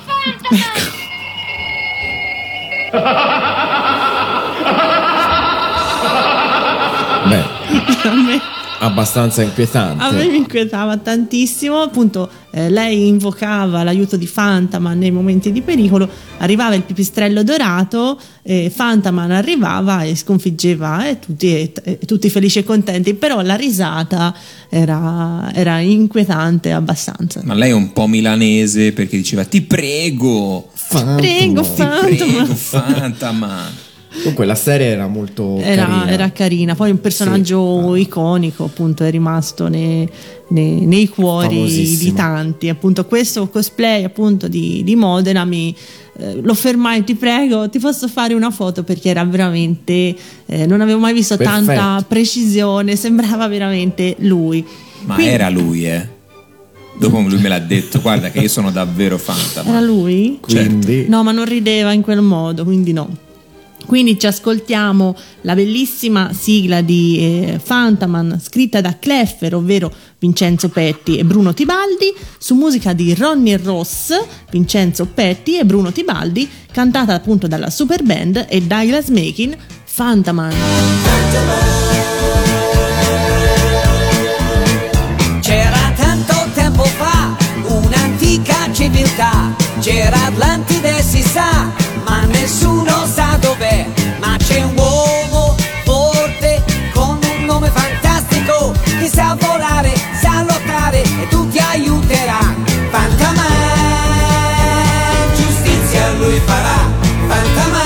Beh, abbastanza inquietante. A me mi inquietava tantissimo, appunto lei invocava l'aiuto di Fantaman nei momenti di pericolo, arrivava il pipistrello dorato, Fantaman arrivava e sconfiggeva tutti felici e contenti, però la risata era inquietante abbastanza. Ma lei è un po' milanese perché diceva ti prego Fantaman. Comunque la serie era molto carina. Era carina, poi un personaggio iconico, appunto, è rimasto nei cuori di tanti. Appunto questo cosplay appunto di Modena lo fermai, ti prego, ti posso fare una foto, perché era veramente non avevo mai visto tanta precisione, sembrava veramente lui. Ma quindi, era lui, dopo lui me l'ha detto, guarda che io sono davvero Fantaman. Era lui? Quindi... Certo. No, ma non rideva in quel modo, quindi no. Quindi ci ascoltiamo la bellissima sigla di Fantaman, scritta da Cleffer, ovvero Vincenzo Petti e Bruno Tibaldi, su musica di Ronnie Ross, Vincenzo Petti e Bruno Tibaldi, cantata appunto dalla super band e Douglas Makin, Fantaman. C'era tanto tempo fa un'antica civiltà, c'era Atlantide, si sa, ma nessuno sa dov'è. Ma c'è un uomo forte con un nome fantastico che sa volare, sa lottare e tutti aiuterà. Fantaman, giustizia lui farà. Fantaman.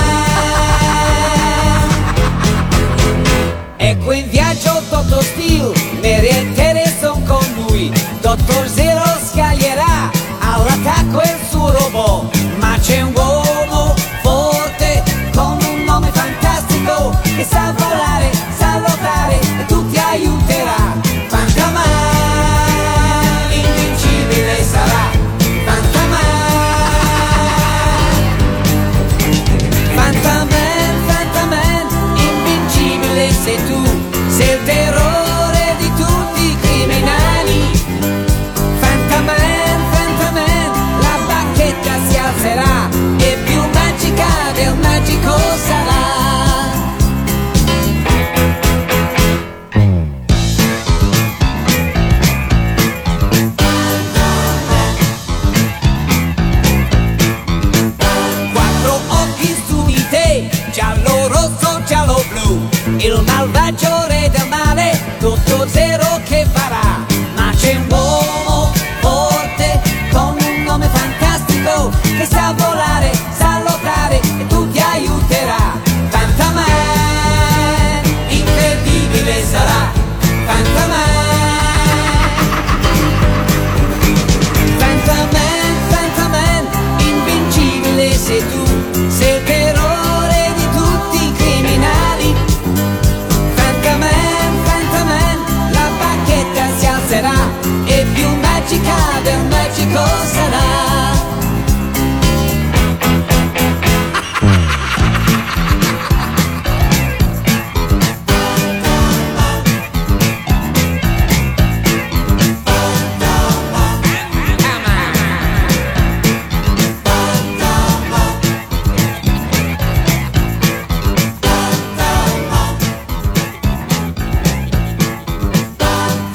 Ecco in viaggio Dottor Steel, Mary e Tere son con lui. Dottor Zero scaglierà all'attacco il suo robot. Ma c'è un uomo forte con un nome fantastico che sa volare, sa lottare e tutti aiuterà. Fantaman, invincibile sarà. Fantaman, Fantaman, Fantaman, invincibile sei tu, sei il terrore di tutti i criminali. Fantaman, Fantaman, la bacchetta si alzerà e più magica del magico sarà. 4 occhi su di te, giallo, rosso, giallo, blu, il malvagio re del male, Dottor Zero che farà. Ma c'è un uomo forte con un nome fantastico che sa volare, sa lottare e tutti aiuterà. Fantaman, incredibile sarà. Fantaman,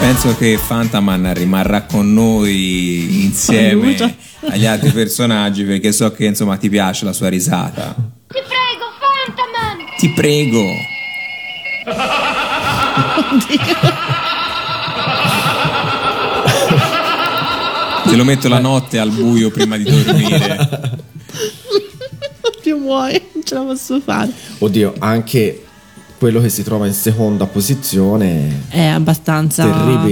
Penso che Fantaman rimarrà con noi insieme agli altri personaggi, perché so che insomma ti piace la sua risata. Ti prego, Fantaman! Ti prego. Te lo metto la notte al buio prima di dormire. Più muoio, non ce la posso fare. Oddio, anche quello che si trova in seconda posizione è abbastanza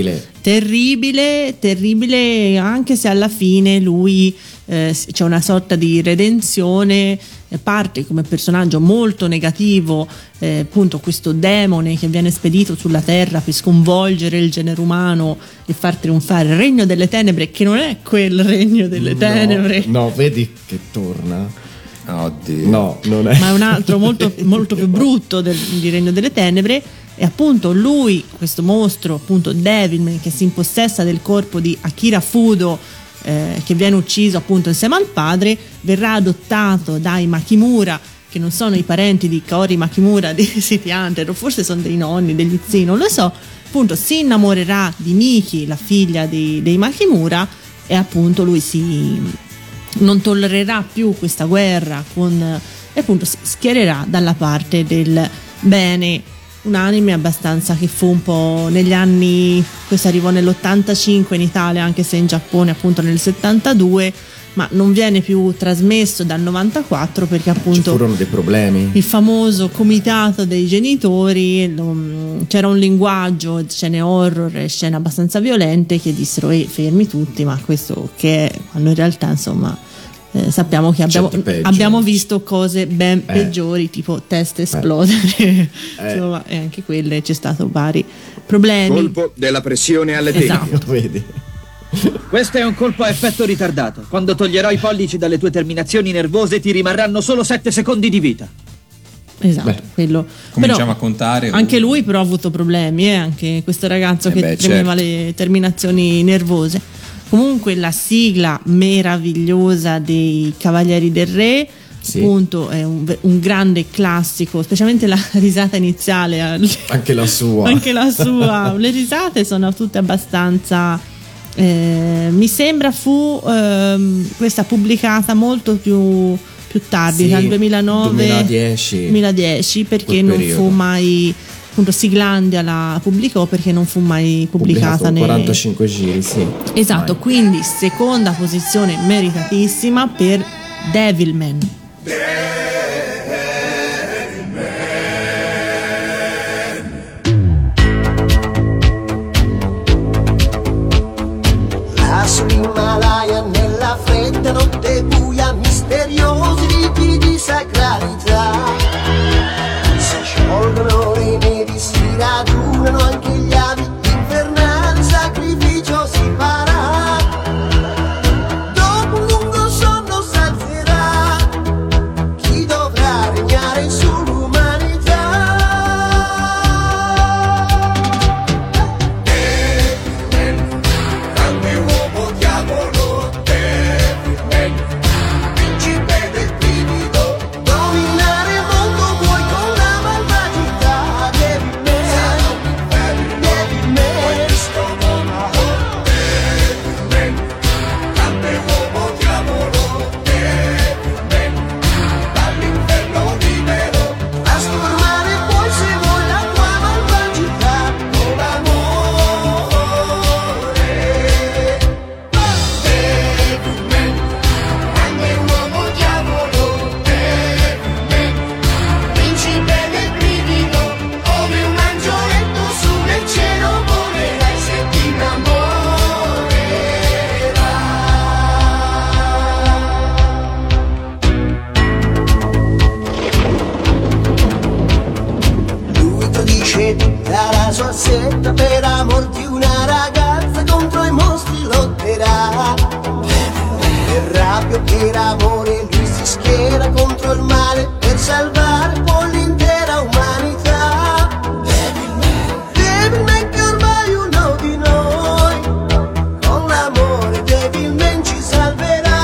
terribile, anche se alla fine lui c'è una sorta di redenzione, parte come personaggio molto negativo, appunto questo demone che viene spedito sulla terra per sconvolgere il genere umano e far trionfare il regno delle tenebre, che non è quel regno delle tenebre. No, vedi che torna. Oddio. No, non è. Ma è un altro molto, molto più brutto di Regno delle Tenebre. E appunto lui, questo mostro, appunto Devilman, che si impossessa del corpo di Akira Fudo, che viene ucciso appunto insieme al padre, verrà adottato dai Makimura, che non sono i parenti di Kaori Makimura di City Hunter, o forse sono dei nonni, degli zii, non lo so. Appunto si innamorerà di Miki, la figlia dei Makimura, e appunto lui non tollererà più questa guerra e appunto si schiererà dalla parte del bene. Un anime abbastanza che fu un po' negli anni, questo arrivò nell'85 in Italia, anche se in Giappone appunto nel 72, ma non viene più trasmesso dal 94 perché appunto ci furono dei problemi. Il famoso comitato dei genitori, c'era un linguaggio, scene horror e scene abbastanza violente, che dissero fermi tutti, ma questo che è, quando in realtà insomma sappiamo che abbiamo visto cose ben peggiori, tipo teste esplodere insomma, e anche quelle c'è stato vari problemi. Colpo della pressione alle tempie. Esatto. Vedi? Questo è un colpo a effetto ritardato. Quando toglierò i pollici dalle tue terminazioni nervose ti rimarranno solo 7 secondi di vita. Esatto, quello. Cominciamo però, a contare. Anche lui però ha avuto problemi, anche questo ragazzo che premeva le terminazioni nervose. Comunque la sigla meravigliosa dei Cavalieri del Re, appunto, è un grande classico, specialmente la risata iniziale. Anche la sua. Le risate sono tutte abbastanza. Mi sembra fu questa pubblicata molto più tardi, dal 2009-2010, perché non fu mai, appunto Siglandia la pubblicò perché non fu mai pubblicata 45 giri, sì. Esatto, mai. Quindi seconda posizione meritatissima per Devilman. Sull'Himalaya nella fredda notte buia, misteriosi riti di sacralità si sciolgono le nevi, si radunano anche gli avi, infernale sacrificio si farà. Dopo un lungo sonno s'alzerà chi dovrà regnare sull'umanità. Grande uomo diavolo, Devilman, principe del brivido, dominare il mondo vuoi con la malvagità. Devilman, questo mondo. Devilman, grande uomo diavolo, Devilman, dall'inferno libero, trasformare poi se vuoi la tua malvagità con l'amore. Devilman, grande uomo diavolo, Devilman, principe del brivido, come un angioletto su nel cielo volerai se ti Lui ti dice tutta la sua setta per amor di una ragazza, contro i mostri lotterà. Per rabbia, per amore lui si schiera contro il male per salvare poi l'intera umanità. Devilman che ormai uno di noi, con l'amore Devilman ci salverà.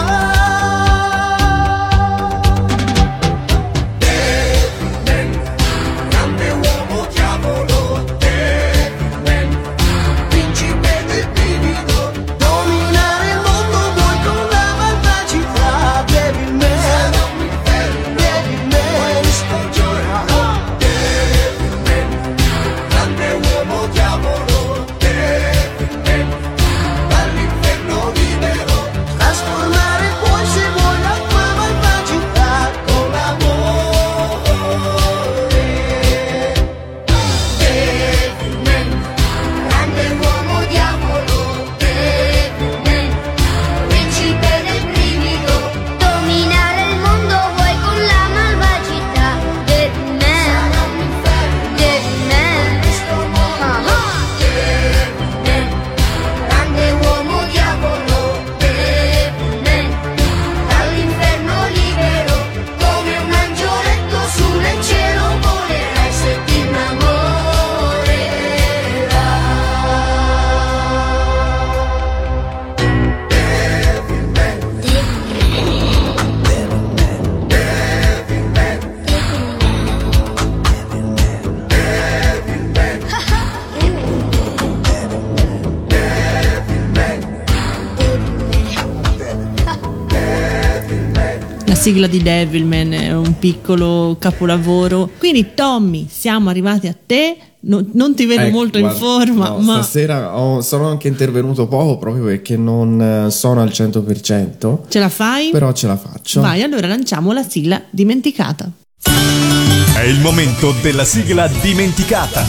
Devilman, grande uomo diavolo, Devilman, principe sigla di Devilman è un piccolo capolavoro. Quindi Tommy, siamo arrivati a te. Non ti vedo molto in forma, no, ma stasera sono anche intervenuto poco proprio perché non sono al 100%. Ce la fai? Però ce la faccio. Vai, allora lanciamo la sigla dimenticata. È il momento della sigla dimenticata.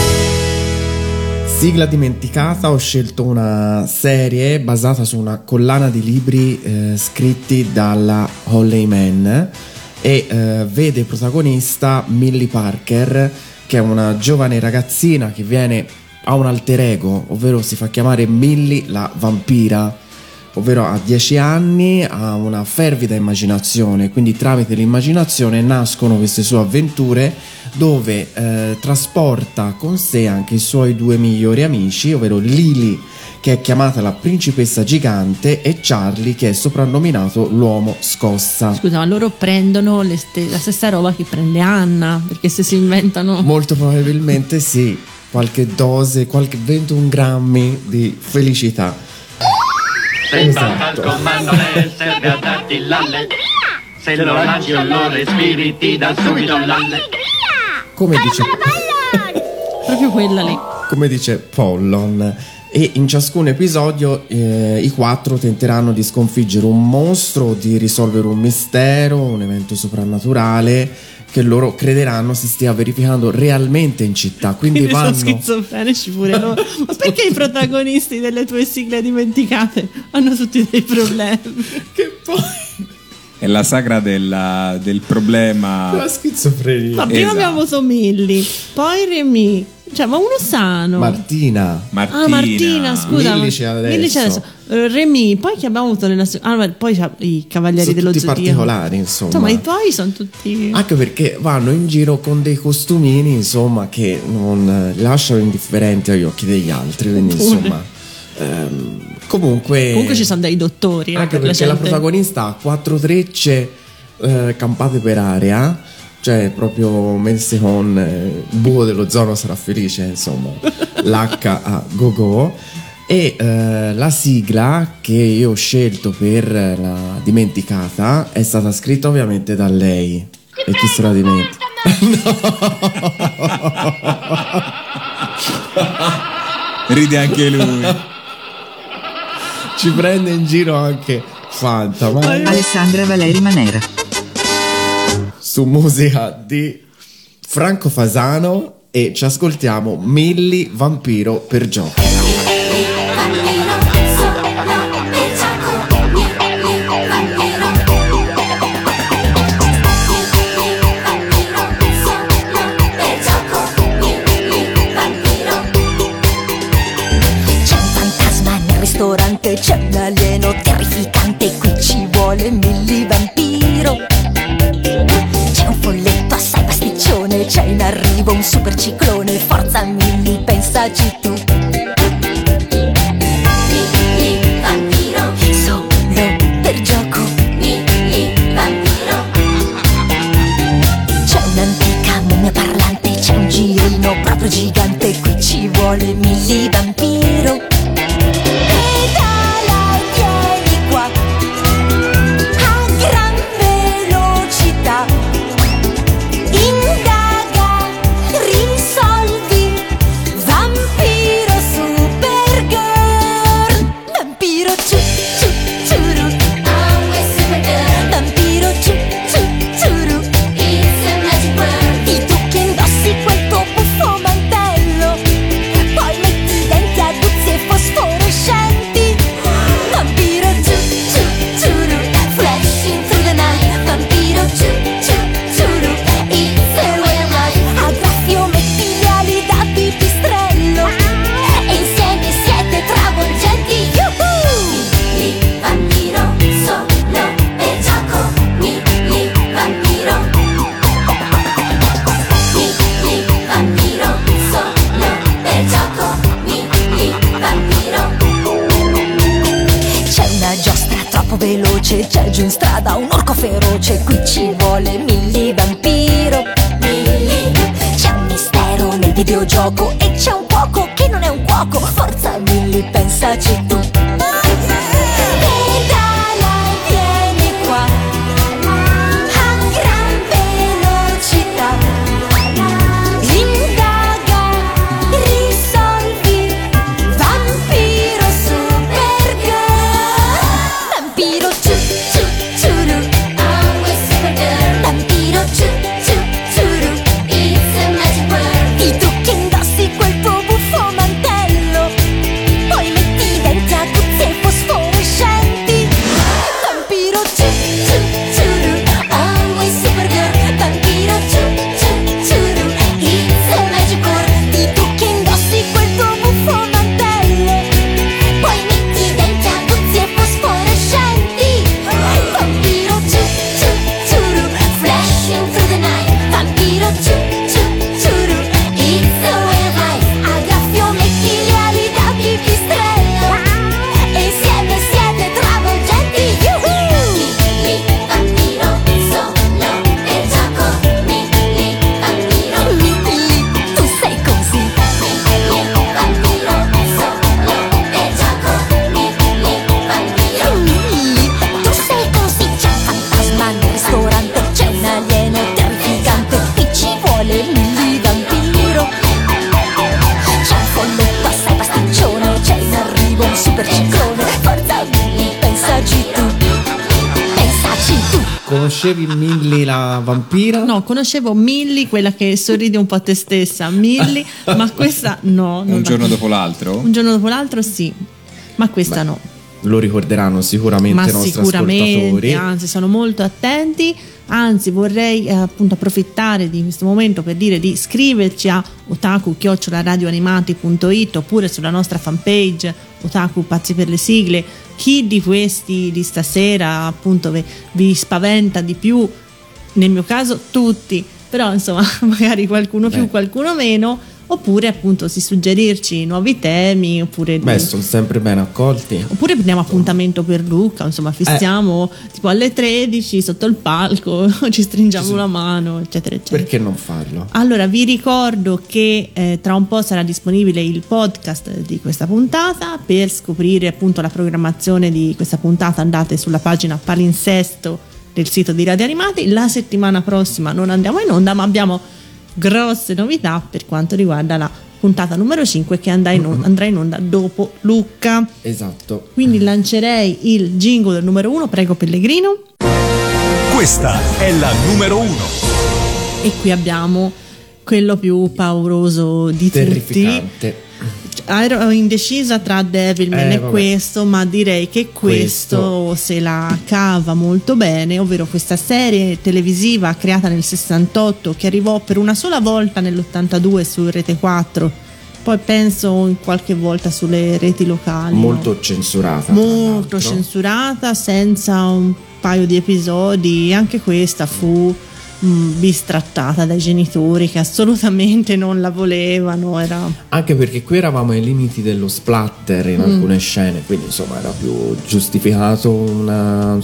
Sigla dimenticata, ho scelto una serie basata su una collana di libri scritti dalla Holly Mann e vede protagonista Millie Parker, che è una giovane ragazzina che ha un alter ego, ovvero si fa chiamare Millie la vampira, ovvero ha 10 anni, ha una fervida immaginazione, quindi tramite l'immaginazione nascono queste sue avventure dove trasporta con sé anche i suoi 2 migliori amici, ovvero Lily, che è chiamata la principessa gigante, e Charlie, che è soprannominato l'uomo scossa. Scusa, ma loro prendono la stessa roba che prende Anna, perché se si inventano... Molto probabilmente sì, qualche dose, qualche 21 grammi di felicità. Esatto. Ma non è, serve a darti l'alle. Se lo lanci lo respiri, ti dà subito l'alle. Come dice proprio quella lì. Come dice Pollon. E in ciascun episodio i 4 tenteranno di sconfiggere un mostro, di risolvere un mistero, un evento soprannaturale che loro crederanno si stia verificando realmente in città. Quindi vanno... sono schizofrenici pure loro. Ma perché i protagonisti delle tue sigle dimenticate hanno tutti dei problemi? Che poi... È la sagra del problema. La schizofrenia. Ma prima abbiamo avuto Millie, poi Remy. Cioè, ma uno sano. Martina, scusa. Millie c'è adesso. Remy, poi che abbiamo avuto poi c'ha i Cavalieri sono dello tutti Zodiaco. particolari, insomma. Ma i tuoi sono tutti... Anche perché vanno in giro con dei costumini, insomma, che non li lasciano indifferenti agli occhi degli altri. Quindi, insomma... Comunque ci sono dei dottori. Anche perché la protagonista ha 4 trecce campate per aria, cioè proprio messe con il buco dell'ozono sarà felice, insomma. L'H a go. E la sigla che io ho scelto per la dimenticata è stata scritta ovviamente da lei. E chi se la dimentica? Ride anche lui. Ci prende in giro anche Fanta. Alessandra Valeri Manera. Su musica di Franco Fasano, e ci ascoltiamo Millie Vampiro per gioco. C'è un alieno terrificante, qui ci vuole Millie Vampiro. C'è un folletto assai pasticcione, c'è in arrivo un super ciclone. Forza Millie, pensaci tu. Millie Vampiro, solo per gioco. Millie Vampiro. C'è un'antica mummia parlante, c'è un girino proprio gigante, qui ci vuole Millie Vampiro. C'è giù in strada un orco feroce, qui ci vuole Millie Vampiro. C'è un mistero nel videogioco e c'è un cuoco che non è un cuoco. Forza Millie, pensaci tu. Pedala, vieni qua. Conoscevi Millie la vampira? No, conoscevo Millie, quella che sorride un po' a te stessa, Millie, ma questa no. Un giorno dopo l'altro? Un giorno dopo l'altro sì, ma questa no. Lo ricorderanno sicuramente i nostri ascoltatori. Anzi, sono molto attenti. Anzi, vorrei appunto approfittare di questo momento per dire di scriverci a otaku@radioanimati.it oppure sulla nostra fanpage Otaku Pazzi per le Sigle. Chi di questi di stasera appunto vi spaventa di più? Nel mio caso tutti, però insomma magari qualcuno più, qualcuno meno. Oppure appunto si suggerirci nuovi temi, oppure sono sempre ben accolti. Oppure prendiamo appuntamento per Lucca, insomma fissiamo tipo alle 13 sotto il palco, ci stringiamo la mano, eccetera eccetera. Perché non farlo? Allora vi ricordo che tra un po' sarà disponibile il podcast di questa puntata. Per scoprire appunto la programmazione di questa puntata andate sulla pagina palinsesto del sito di Radio Animati. La settimana prossima non andiamo in onda, ma abbiamo grosse novità per quanto riguarda la puntata numero 5 che andrà in onda dopo Lucca. Esatto. Quindi lancerei il jingle del numero 1, prego Pellegrino. Questa è la numero 1. E qui abbiamo quello più pauroso di terrificante. tutti. Ero indecisa tra Devilman e questo, ma direi che questo se la cava molto bene, ovvero questa serie televisiva creata nel 68 che arrivò per una sola volta nell'82 su Rete 4, poi penso in qualche volta sulle reti locali. Molto censurata. Molto censurata, senza un paio di episodi. Anche questa fu bistrattata dai genitori che assolutamente non la volevano. Anche perché qui eravamo ai limiti dello splatter in alcune scene, quindi insomma era più giustificato come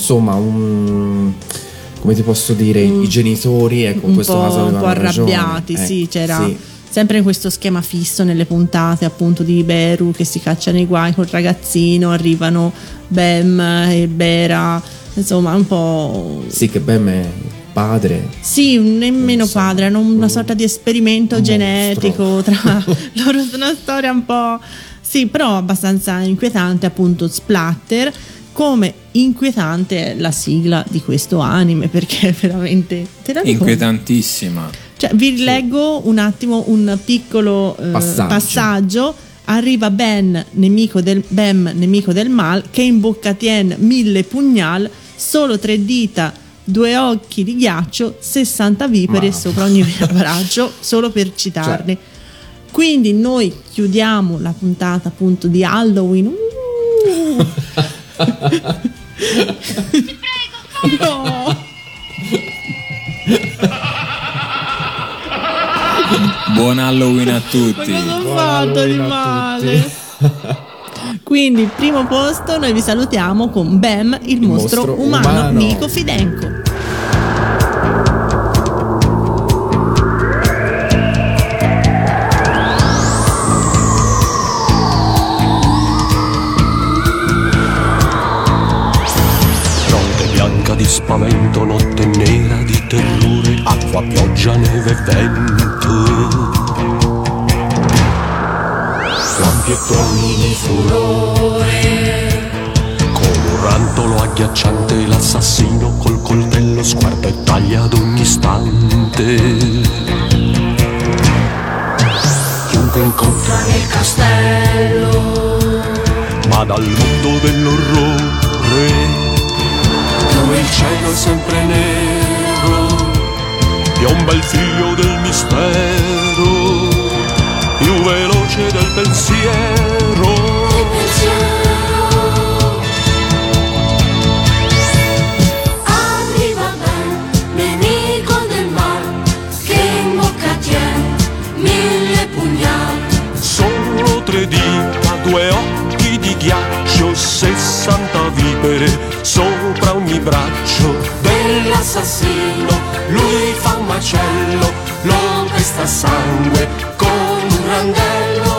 ti posso dire, i genitori in questo caso avevano un po' arrabbiati, ragione. Sì, c'era sempre questo schema fisso nelle puntate appunto di Beru che si caccia nei guai col ragazzino, arrivano Bem e Bera, insomma un po'. Sì, che Bem è padre. Sì, nemmeno padre, hanno una sorta di esperimento genetico tra loro, una storia un po'. Sì, però abbastanza inquietante, appunto, splatter. Come inquietante è la sigla di questo anime, perché è veramente inquietantissima. Cioè, vi leggo un attimo un piccolo passaggio. Arriva Bem, nemico del mal, che imbocca Tien 1000 pugnal, solo 3 dita, 2 occhi di ghiaccio, 60 vipere sopra ogni braccio, solo per citarne. Quindi noi chiudiamo la puntata appunto di Halloween. Ti prego, no. Buon Halloween a tutti. Ma cosa ho fatto di male? Quindi il primo posto noi vi salutiamo con Bem, il mostro umano. Nico Fidenco. Notte bianca di spavento, notte nera di terrore, acqua, pioggia, neve e vento. Lampi e tuoni di furore, come un rantolo agghiacciante, l'assassino col coltello sguarda e taglia ad ogni istante. Chiunque incontra nel castello, ma dal mondo dell'orrore, dove il cielo è sempre nero, piomba il figlio del mistero, più veloce del pensiero. Arriva Bem, nemico del mal, che imbocca Tien 1000 pugnal. Solo 3 dita, 2 occhi di ghiaccio, 60 vipere sopra ogni braccio dell'assassino. Lui fa un macello, lo pesta sangue con un randello.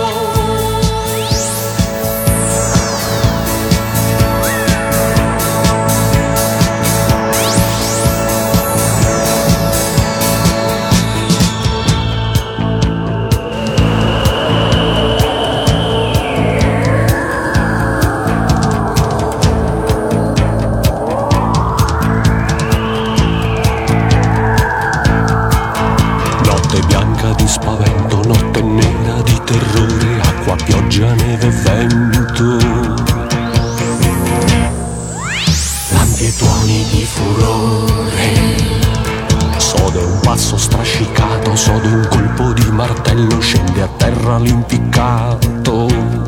spavento, notte nera di terrore, acqua, pioggia, neve e vento. Lampi e tuoni di furore, so di un passo strascicato, so di un colpo di martello, scende a terra l'impiccato.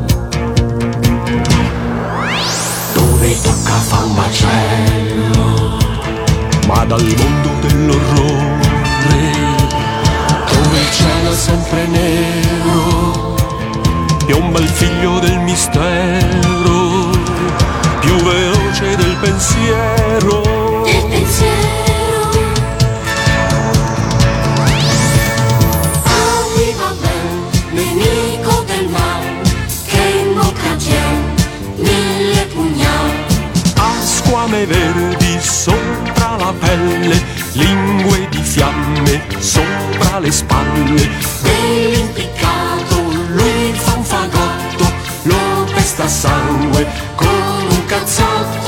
Dove tocca fa un macello, ma dal mondo dell'orrore, dove il cielo è sempre nero, piomba il figlio del mistero, più veloce del pensiero. Del pensiero. Arriva ben, nemico del male, che in bocca c'è 1000 pugnali. Ha squame verdi sopra la pelle, lingue di fiamme sopra le spalle. Dell'impiccato lui fa un fagotto, lo pesta a sangue con un cazzotto.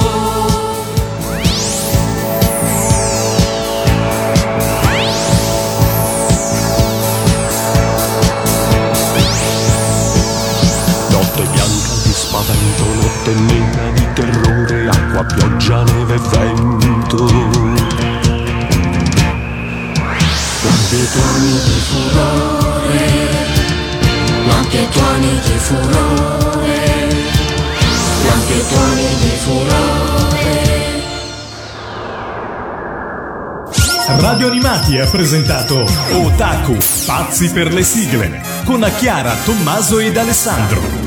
Notte bianca di spavento, notte nera di terrore, acqua, pioggia, neve e vento. Lampi e tuoni di furore, lampi e tuoni di furore, lampi e tuoni di furore. Radio Animati ha presentato Otaku, pazzi per le sigle, con Chiara, Tommaso ed Alessandro.